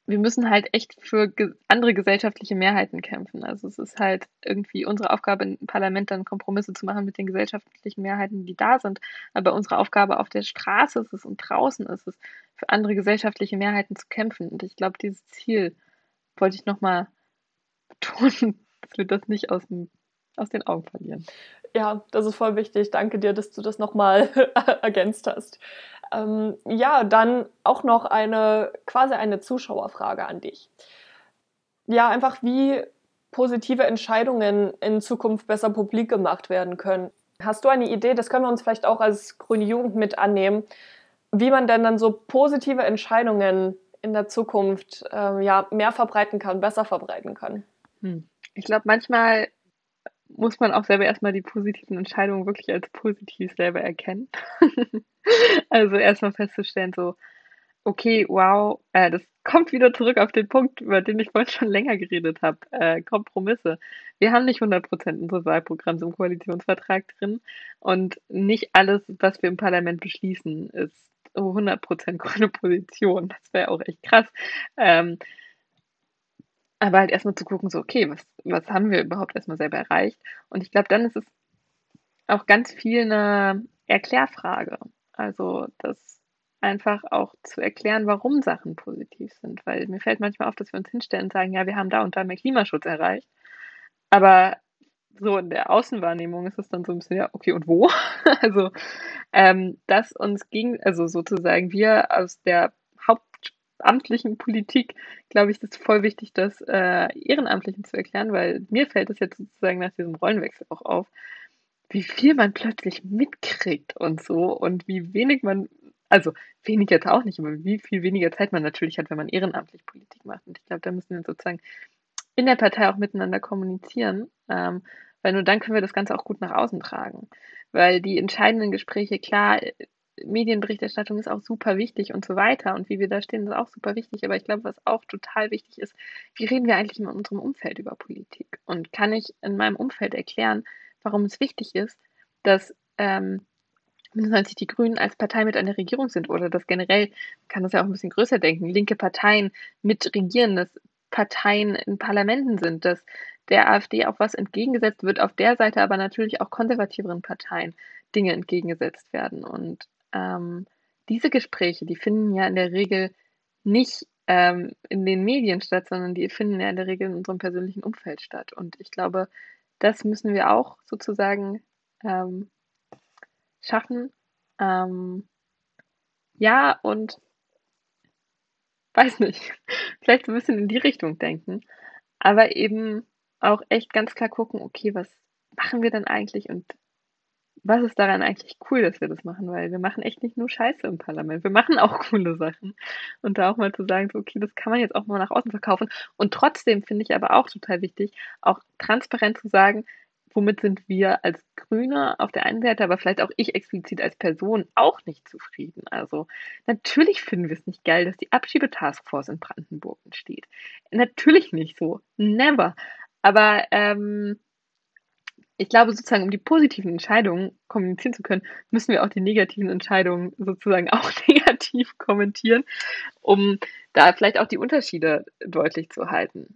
wir müssen halt echt für andere gesellschaftliche Mehrheiten kämpfen. Also es ist halt irgendwie unsere Aufgabe im Parlament dann Kompromisse zu machen mit den gesellschaftlichen Mehrheiten, die da sind. Aber unsere Aufgabe auf der Straße ist es und draußen ist es, für andere gesellschaftliche Mehrheiten zu kämpfen. Und ich glaube, dieses Ziel wollte ich nochmal betonen, dass wir das nicht aus den Augen verlieren. Ja, das ist voll wichtig. Danke dir, dass du das nochmal ergänzt hast. Ja, dann auch noch quasi eine Zuschauerfrage an dich. Ja, einfach wie positive Entscheidungen in Zukunft besser publik gemacht werden können. Hast du eine Idee, das können wir uns vielleicht auch als Grüne Jugend mit annehmen, wie man denn dann so positive Entscheidungen in der Zukunft ja, mehr verbreiten kann, besser verbreiten kann? Ich glaube, manchmal muss man auch selber erstmal die positiven Entscheidungen wirklich als positiv selber erkennen. Also erstmal festzustellen, so, okay, wow, das kommt wieder zurück auf den Punkt, über den ich vorhin schon länger geredet habe. Kompromisse. Wir haben nicht 100% unseres Wahlprogramms im Koalitionsvertrag drin und nicht alles, was wir im Parlament beschließen, ist 100% grüne Position. Das wäre auch echt krass. Ähm, aber halt erstmal zu gucken, so, okay, was haben wir überhaupt erstmal selber erreicht? Und ich glaube, dann ist es auch ganz viel eine Erklärfrage. Also, das einfach auch zu erklären, warum Sachen positiv sind. Weil mir fällt manchmal auf, dass wir uns hinstellen und sagen, ja, wir haben da und da mehr Klimaschutz erreicht. Aber so in der Außenwahrnehmung ist es dann so ein bisschen, ja, okay, und wo? Also, dass uns also sozusagen wir aus der hauptamtlichen Politik, glaube ich, ist es voll wichtig, das Ehrenamtlichen zu erklären, weil mir fällt es jetzt sozusagen nach diesem Rollenwechsel auch auf, wie viel man plötzlich mitkriegt und so und wie wenig man, also wenig jetzt auch nicht, aber wie viel weniger Zeit man natürlich hat, wenn man ehrenamtlich Politik macht. Und ich glaube, da müssen wir sozusagen in der Partei auch miteinander kommunizieren, weil nur dann können wir das Ganze auch gut nach außen tragen. Weil die entscheidenden Gespräche, klar, Medienberichterstattung ist auch super wichtig und so weiter und wie wir da stehen, ist auch super wichtig. Aber ich glaube, was auch total wichtig ist, wie reden wir eigentlich in unserem Umfeld über Politik? Und kann ich in meinem Umfeld erklären, warum es wichtig ist, dass mindestens die Grünen als Partei mit an der Regierung sind oder dass generell, kann das ja auch ein bisschen größer denken, linke Parteien mit regieren, dass Parteien in Parlamenten sind, dass der AfD auch was entgegengesetzt wird, auf der Seite aber natürlich auch konservativeren Parteien Dinge entgegengesetzt werden. Und diese Gespräche, die finden ja in der Regel nicht in den Medien statt, sondern die finden ja in der Regel in unserem persönlichen Umfeld statt. Und ich glaube, das müssen wir auch sozusagen ähm, schaffen. Ähm, ja, und weiß nicht, vielleicht so ein bisschen in die Richtung denken, aber eben auch echt ganz klar gucken, okay, was machen wir denn eigentlich und was ist daran eigentlich cool, dass wir das machen, weil wir machen echt nicht nur Scheiße im Parlament, wir machen auch coole Sachen und da auch mal zu sagen, so, okay, das kann man jetzt auch mal nach außen verkaufen und trotzdem finde ich aber auch total wichtig, auch transparent zu sagen, womit sind wir als Grüne auf der einen Seite, aber vielleicht auch ich explizit als Person auch nicht zufrieden. Also natürlich finden wir es nicht geil, dass die Abschiebetaskforce in Brandenburg entsteht. Natürlich nicht so. Never. Aber ich glaube sozusagen, um die positiven Entscheidungen kommunizieren zu können, müssen wir auch die negativen Entscheidungen sozusagen auch negativ kommentieren, um da vielleicht auch die Unterschiede deutlich zu halten.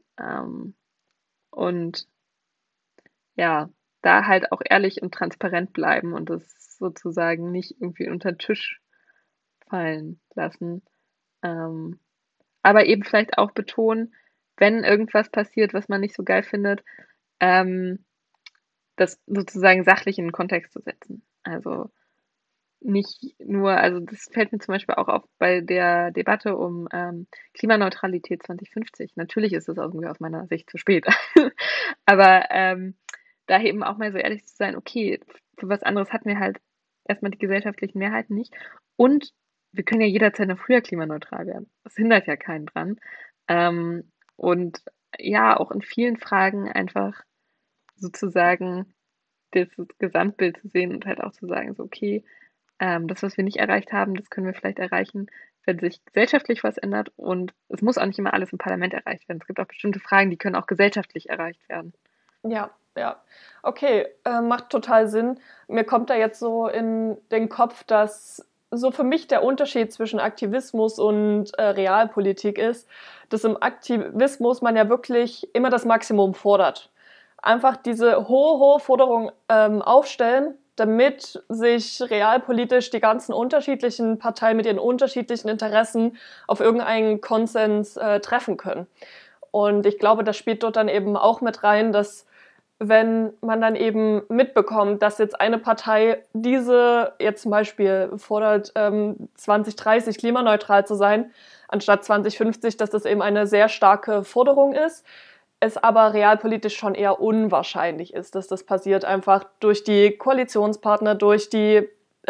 Und ja, da halt auch ehrlich und transparent bleiben und das sozusagen nicht irgendwie unter den Tisch fallen lassen. Ähm, aber eben vielleicht auch betonen, wenn irgendwas passiert, was man nicht so geil findet, ähm, das sozusagen sachlich in den Kontext zu setzen. Also nicht nur, also das fällt mir zum Beispiel auch auf bei der Debatte um Klimaneutralität 2050. Natürlich ist es irgendwie aus meiner Sicht zu spät. Aber da eben auch mal so ehrlich zu sein, okay, für was anderes hatten wir halt erstmal die gesellschaftlichen Mehrheiten nicht. Und wir können ja jederzeit noch früher klimaneutral werden. Das hindert ja keinen dran. Und ja, auch in vielen Fragen einfach sozusagen das Gesamtbild zu sehen und halt auch zu sagen, so, okay, das, was wir nicht erreicht haben, das können wir vielleicht erreichen, wenn sich gesellschaftlich was ändert. Und es muss auch nicht immer alles im Parlament erreicht werden. Es gibt auch bestimmte Fragen, die können auch gesellschaftlich erreicht werden. Ja, ja. Okay, macht total Sinn. Mir kommt da jetzt so in den Kopf, dass so für mich der Unterschied zwischen Aktivismus und Realpolitik ist, dass im Aktivismus man ja wirklich immer das Maximum fordert. Einfach diese hohe Forderung aufstellen, damit sich realpolitisch die ganzen unterschiedlichen Parteien mit ihren unterschiedlichen Interessen auf irgendeinen Konsens treffen können. Und ich glaube, das spielt dort dann eben auch mit rein, dass wenn man dann eben mitbekommt, dass jetzt eine Partei diese jetzt zum Beispiel fordert, 2030 klimaneutral zu sein, anstatt 2050, dass das eben eine sehr starke Forderung ist, es aber realpolitisch schon eher unwahrscheinlich ist, dass das passiert, einfach durch die Koalitionspartner, durch die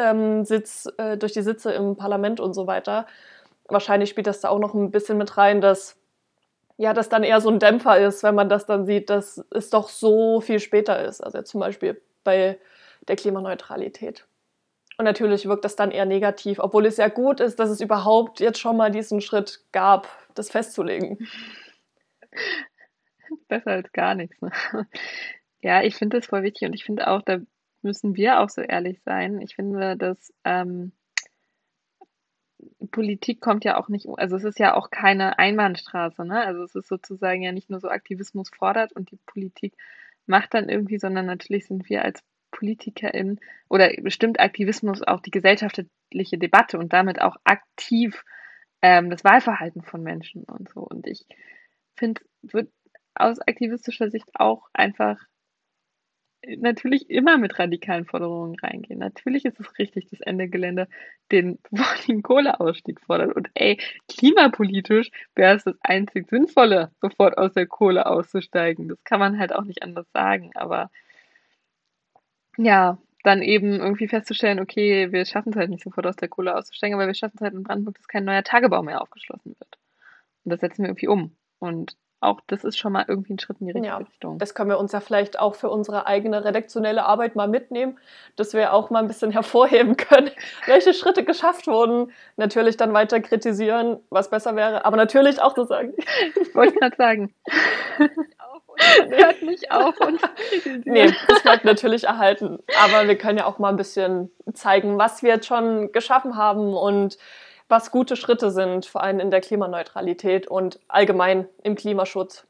Sitze im Parlament und so weiter. Wahrscheinlich spielt das da auch noch ein bisschen mit rein, dass ja, das dann eher so ein Dämpfer ist, wenn man das dann sieht, dass es doch so viel später ist. Also zum Beispiel bei der Klimaneutralität. Und natürlich wirkt das dann eher negativ, obwohl es ja gut ist, dass es überhaupt jetzt schon mal diesen Schritt gab, das festzulegen. Besser als gar nichts. Ne? Ja, ich finde das voll wichtig und ich finde auch, da müssen wir auch so ehrlich sein. Ich finde, dass Politik kommt ja auch nicht, also es ist ja auch keine Einbahnstraße, ne? Also es ist sozusagen ja nicht nur so Aktivismus fordert und die Politik macht dann irgendwie, sondern natürlich sind wir als PolitikerInnen oder bestimmt Aktivismus auch die gesellschaftliche Debatte und damit auch aktiv das Wahlverhalten von Menschen und so. Und ich finde, wird aus aktivistischer Sicht auch einfach natürlich immer mit radikalen Forderungen reingehen. Natürlich ist es richtig, dass Ende Gelände den sofortigen Kohleausstieg fordert. Und ey, klimapolitisch wäre es das einzig Sinnvolle, sofort aus der Kohle auszusteigen. Das kann man halt auch nicht anders sagen. Aber ja, dann eben irgendwie festzustellen, okay, wir schaffen es halt nicht sofort aus der Kohle auszusteigen, aber wir schaffen es halt in Brandenburg, dass kein neuer Tagebau mehr aufgeschlossen wird. Und das setzen wir irgendwie um. Und auch das ist schon mal irgendwie ein Schritt in die richtige Ja, Richtung. das können wir uns ja vielleicht auch für unsere eigene redaktionelle Arbeit mal mitnehmen, dass wir auch mal ein bisschen hervorheben können, welche Schritte geschafft wurden. Natürlich dann weiter kritisieren, was besser wäre, aber natürlich auch zu sagen. Wollte ich gerade sagen. Hört nicht auf uns zu kritisieren. Nee, das bleibt natürlich erhalten. Aber wir können ja auch mal ein bisschen zeigen, was wir jetzt schon geschaffen haben und was gute Schritte sind, vor allem in der Klimaneutralität und allgemein im Klimaschutz.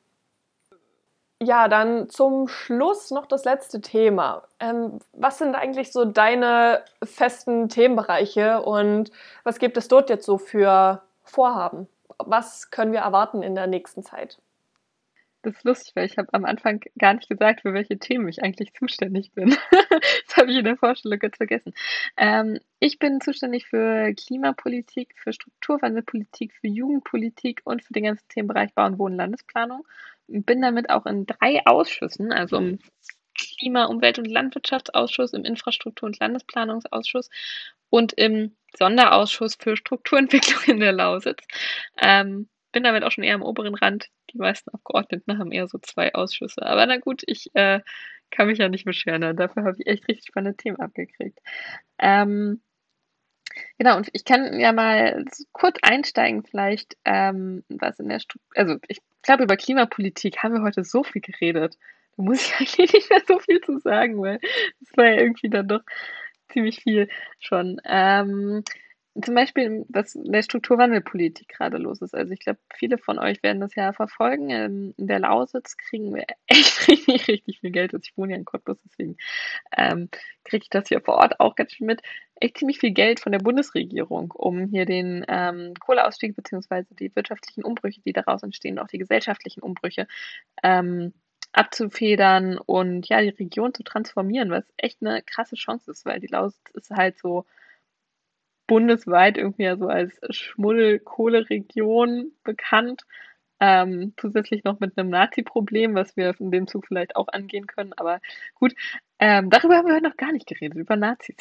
Ja, dann zum Schluss noch das letzte Thema. Was sind eigentlich so deine festen Themenbereiche und was gibt es dort jetzt so für Vorhaben? Was können wir erwarten in der nächsten Zeit? Das ist lustig, weil ich habe am Anfang gar nicht gesagt, für welche Themen ich eigentlich zuständig bin. Das habe ich in der Vorstellung ganz vergessen. Ich bin zuständig für Klimapolitik, für Strukturwandelpolitik, für Jugendpolitik und für den ganzen Themenbereich Bau und Wohnen Landesplanung. Bin damit auch in 3 Ausschüssen, also im Klima-, Umwelt- und Landwirtschaftsausschuss, im Infrastruktur- und Landesplanungsausschuss und im Sonderausschuss für Strukturentwicklung in der Lausitz. Bin damit auch schon eher am oberen Rand. Die meisten Abgeordneten haben eher so 2 Ausschüsse. Aber na gut, ich kann mich ja nicht beschweren. Ne? Dafür habe ich echt richtig spannende Themen abgekriegt. Ähm, genau, und ich kann ja mal so kurz einsteigen, vielleicht, was in der Struktur, also ich glaube, über Klimapolitik haben wir heute so viel geredet. Da muss ich eigentlich nicht mehr so viel zu sagen, weil das war ja irgendwie dann doch ziemlich viel schon. Zum Beispiel, was in der Strukturwandelpolitik gerade los ist. Also ich glaube, viele von euch werden das ja verfolgen. In der Lausitz kriegen wir echt richtig, richtig viel Geld. Also ich wohne ja in Cottbus, deswegen kriege ich das hier vor Ort auch ganz schön mit. Echt ziemlich viel Geld von der Bundesregierung, um hier den Kohleausstieg beziehungsweise die wirtschaftlichen Umbrüche, die daraus entstehen, auch die gesellschaftlichen Umbrüche ähm, abzufedern und ja, die Region zu transformieren, was echt eine krasse Chance ist, weil die Lausitz ist halt so bundesweit irgendwie ja so als Schmuddelkohleregion bekannt. Zusätzlich noch mit einem Nazi-Problem, was wir in dem Zug vielleicht auch angehen können. Aber gut, darüber haben wir heute noch gar nicht geredet, über Nazis.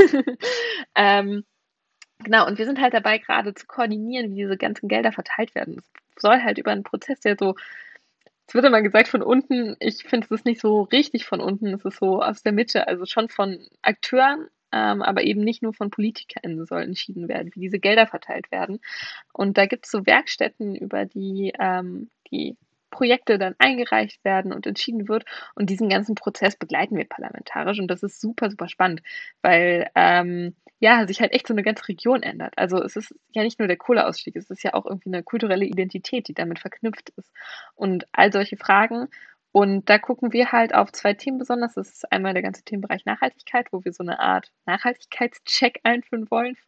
ähm, genau, und wir sind halt dabei, gerade zu koordinieren, wie diese ganzen Gelder verteilt werden. Es soll halt über einen Prozess, der so, es wird immer gesagt von unten, ich finde, es ist nicht so richtig von unten, es ist so aus der Mitte, also schon von Akteuren, aber eben nicht nur von PolitikerInnen soll entschieden werden, wie diese Gelder verteilt werden. Und da gibt es so Werkstätten, über die Projekte dann eingereicht werden und entschieden wird. Und diesen ganzen Prozess begleiten wir parlamentarisch. Und das ist super, super spannend, weil ja, sich halt echt so eine ganze Region ändert. Also, es ist ja nicht nur der Kohleausstieg, es ist ja auch irgendwie eine kulturelle Identität, die damit verknüpft ist und all solche Fragen. Und da gucken wir halt auf 2 Themen besonders. Das ist einmal der ganze Themenbereich Nachhaltigkeit, wo wir so eine Art Nachhaltigkeitscheck einführen wollen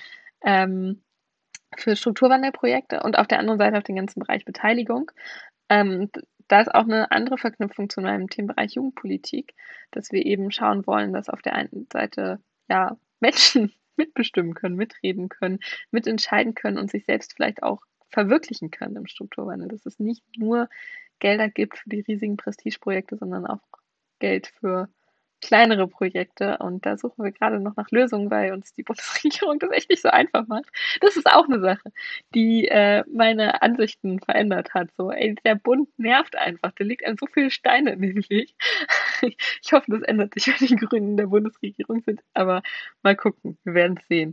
für Strukturwandelprojekte und auf der anderen Seite auf den ganzen Bereich Beteiligung. Da ist auch eine andere Verknüpfung zu meinem Themenbereich Jugendpolitik, dass wir eben schauen wollen, dass auf der einen Seite, ja, Menschen mitbestimmen können, mitreden können, mitentscheiden können und sich selbst vielleicht auch verwirklichen können im Strukturwandel. Dass es nicht nur Gelder gibt für die riesigen Prestigeprojekte, sondern auch Geld für kleinere Projekte. Und da suchen wir gerade noch nach Lösungen, weil uns die Bundesregierung das echt nicht so einfach macht. Das ist auch eine Sache, die meine Ansichten verändert hat. So, ey, der Bund nervt einfach. Der legt einem so viele Steine in den Weg. Ich hoffe, das ändert sich, wenn die Grünen in der Bundesregierung sind. Aber mal gucken, wir werden es sehen.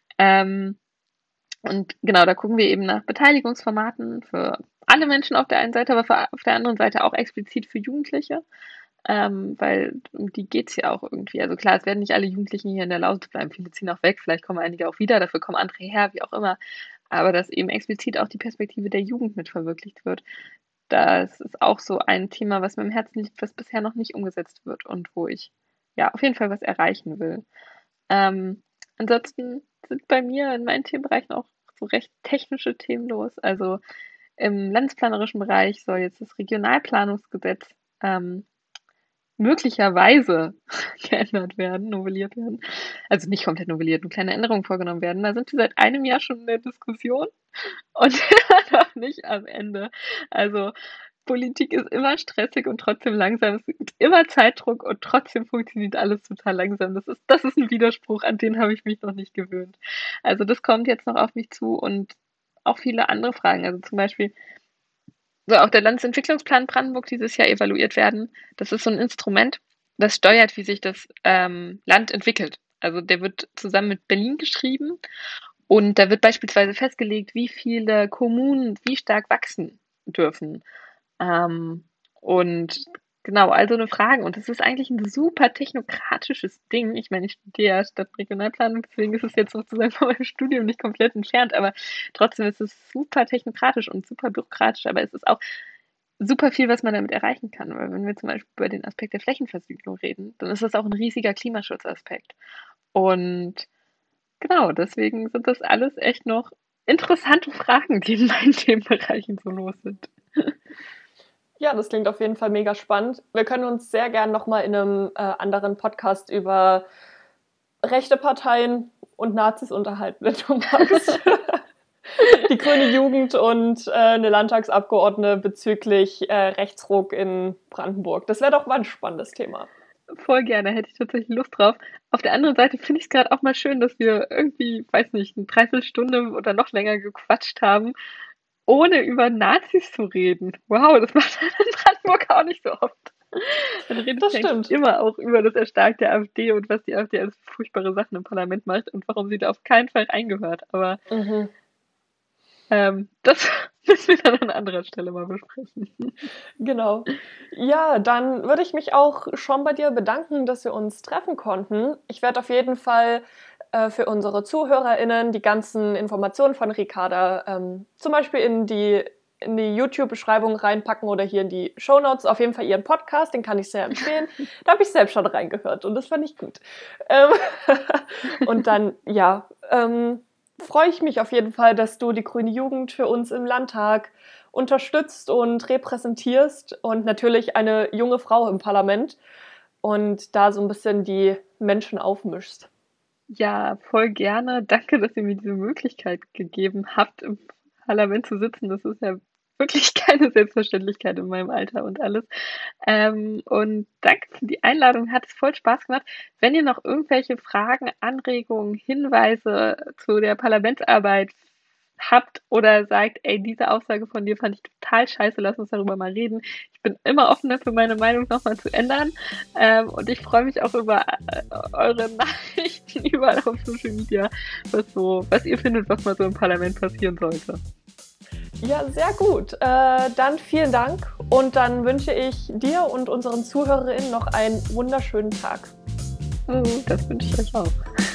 Und genau, da gucken wir eben nach Beteiligungsformaten für alle Menschen auf der einen Seite, aber auf der anderen Seite auch explizit für Jugendliche. Weil um die geht es ja auch irgendwie. Also klar, es werden nicht alle Jugendlichen hier in der Lausitz bleiben. Viele ziehen auch weg, vielleicht kommen einige auch wieder, dafür kommen andere her, wie auch immer. Aber dass eben explizit auch die Perspektive der Jugend mit verwirklicht wird. Das ist auch so ein Thema, was mir im Herzen liegt, was bisher noch nicht umgesetzt wird und wo ich ja auf jeden Fall was erreichen will. Ansonsten sind bei mir in meinen Themenbereichen auch so recht technische Themen los. Also im landesplanerischen Bereich soll jetzt das Regionalplanungsgesetz möglicherweise geändert werden, novelliert werden. Also nicht komplett novelliert, eine kleine Änderung vorgenommen werden. Da sind wir seit einem Jahr schon in der Diskussion und immer noch nicht am Ende. Also Politik ist immer stressig und trotzdem langsam. Es gibt immer Zeitdruck und trotzdem funktioniert alles total langsam. Das ist ein Widerspruch, an den habe ich mich noch nicht gewöhnt. Also das kommt jetzt noch auf mich zu und auch viele andere Fragen. Also zum Beispiel soll auch der Landesentwicklungsplan Brandenburg dieses Jahr evaluiert werden. Das ist so ein Instrument, das steuert, wie sich das Land entwickelt. Also der wird zusammen mit Berlin geschrieben und da wird beispielsweise festgelegt, wie viele Kommunen wie stark wachsen dürfen. Und genau, all so eine Frage. Und das ist eigentlich ein super technokratisches Ding. Ich meine, ich studiere ja Stadtregionalplanung, deswegen ist es jetzt sozusagen von meinem Studium nicht komplett entfernt, aber trotzdem ist es super technokratisch und super bürokratisch, aber es ist auch super viel, was man damit erreichen kann. Weil wenn wir zum Beispiel über den Aspekt der Flächenversiegelung reden, dann ist das auch ein riesiger Klimaschutzaspekt. Und genau, deswegen sind das alles echt noch interessante Fragen, die in meinen Themenbereichen so los sind. Ja, das klingt auf jeden Fall mega spannend. Wir können uns sehr gern nochmal in einem anderen Podcast über rechte Parteien und Nazis unterhalten, wenn du magst. Die grüne Jugend und eine Landtagsabgeordnete bezüglich Rechtsruck in Brandenburg. Das wäre doch mal ein spannendes Thema. Voll gerne, hätte ich tatsächlich Lust drauf. Auf der anderen Seite finde ich es gerade auch mal schön, dass wir irgendwie, weiß nicht, eine Dreiviertelstunde oder noch länger gequatscht haben, ohne über Nazis zu reden. Wow, das macht man in Brandenburg auch nicht so oft. Dann redet Das man eigentlich stimmt. immer auch über das Erstark der AfD und was die AfD alles für furchtbare Sachen im Parlament macht und warum sie da auf keinen Fall reingehört. Aber das müssen wir dann an anderer Stelle mal besprechen. Genau. Ja, dann würde ich mich auch schon bei dir bedanken, dass wir uns treffen konnten. Ich werde auf jeden Fall für unsere ZuhörerInnen die ganzen Informationen von Ricarda zum Beispiel in die YouTube-Beschreibung reinpacken oder hier in die Shownotes. Auf jeden Fall ihren Podcast, den kann ich sehr empfehlen. Da habe ich selbst schon reingehört und das fand ich gut. Und dann, ja, freue ich mich auf jeden Fall, dass du die grüne Jugend für uns im Landtag unterstützt und repräsentierst und natürlich eine junge Frau im Parlament und da so ein bisschen die Menschen aufmischst. Ja, voll gerne. Danke, dass ihr mir diese Möglichkeit gegeben habt, im Parlament zu sitzen. Das ist ja wirklich keine Selbstverständlichkeit in meinem Alter und alles. Und danke für die Einladung. Hat es voll Spaß gemacht. Wenn ihr noch irgendwelche Fragen, Anregungen, Hinweise zu der Parlamentsarbeit habt oder sagt, ey, diese Aussage von dir fand ich total scheiße, lass uns darüber mal reden. Ich bin immer offen dafür, meine Meinung nochmal zu ändern. Und ich freue mich auch über eure Nachrichten überall auf Social Media, was ihr findet, was mal so im Parlament passieren sollte. Ja, sehr gut. Dann vielen Dank und dann wünsche ich dir und unseren ZuhörerInnen noch einen wunderschönen Tag. Das wünsche ich euch auch.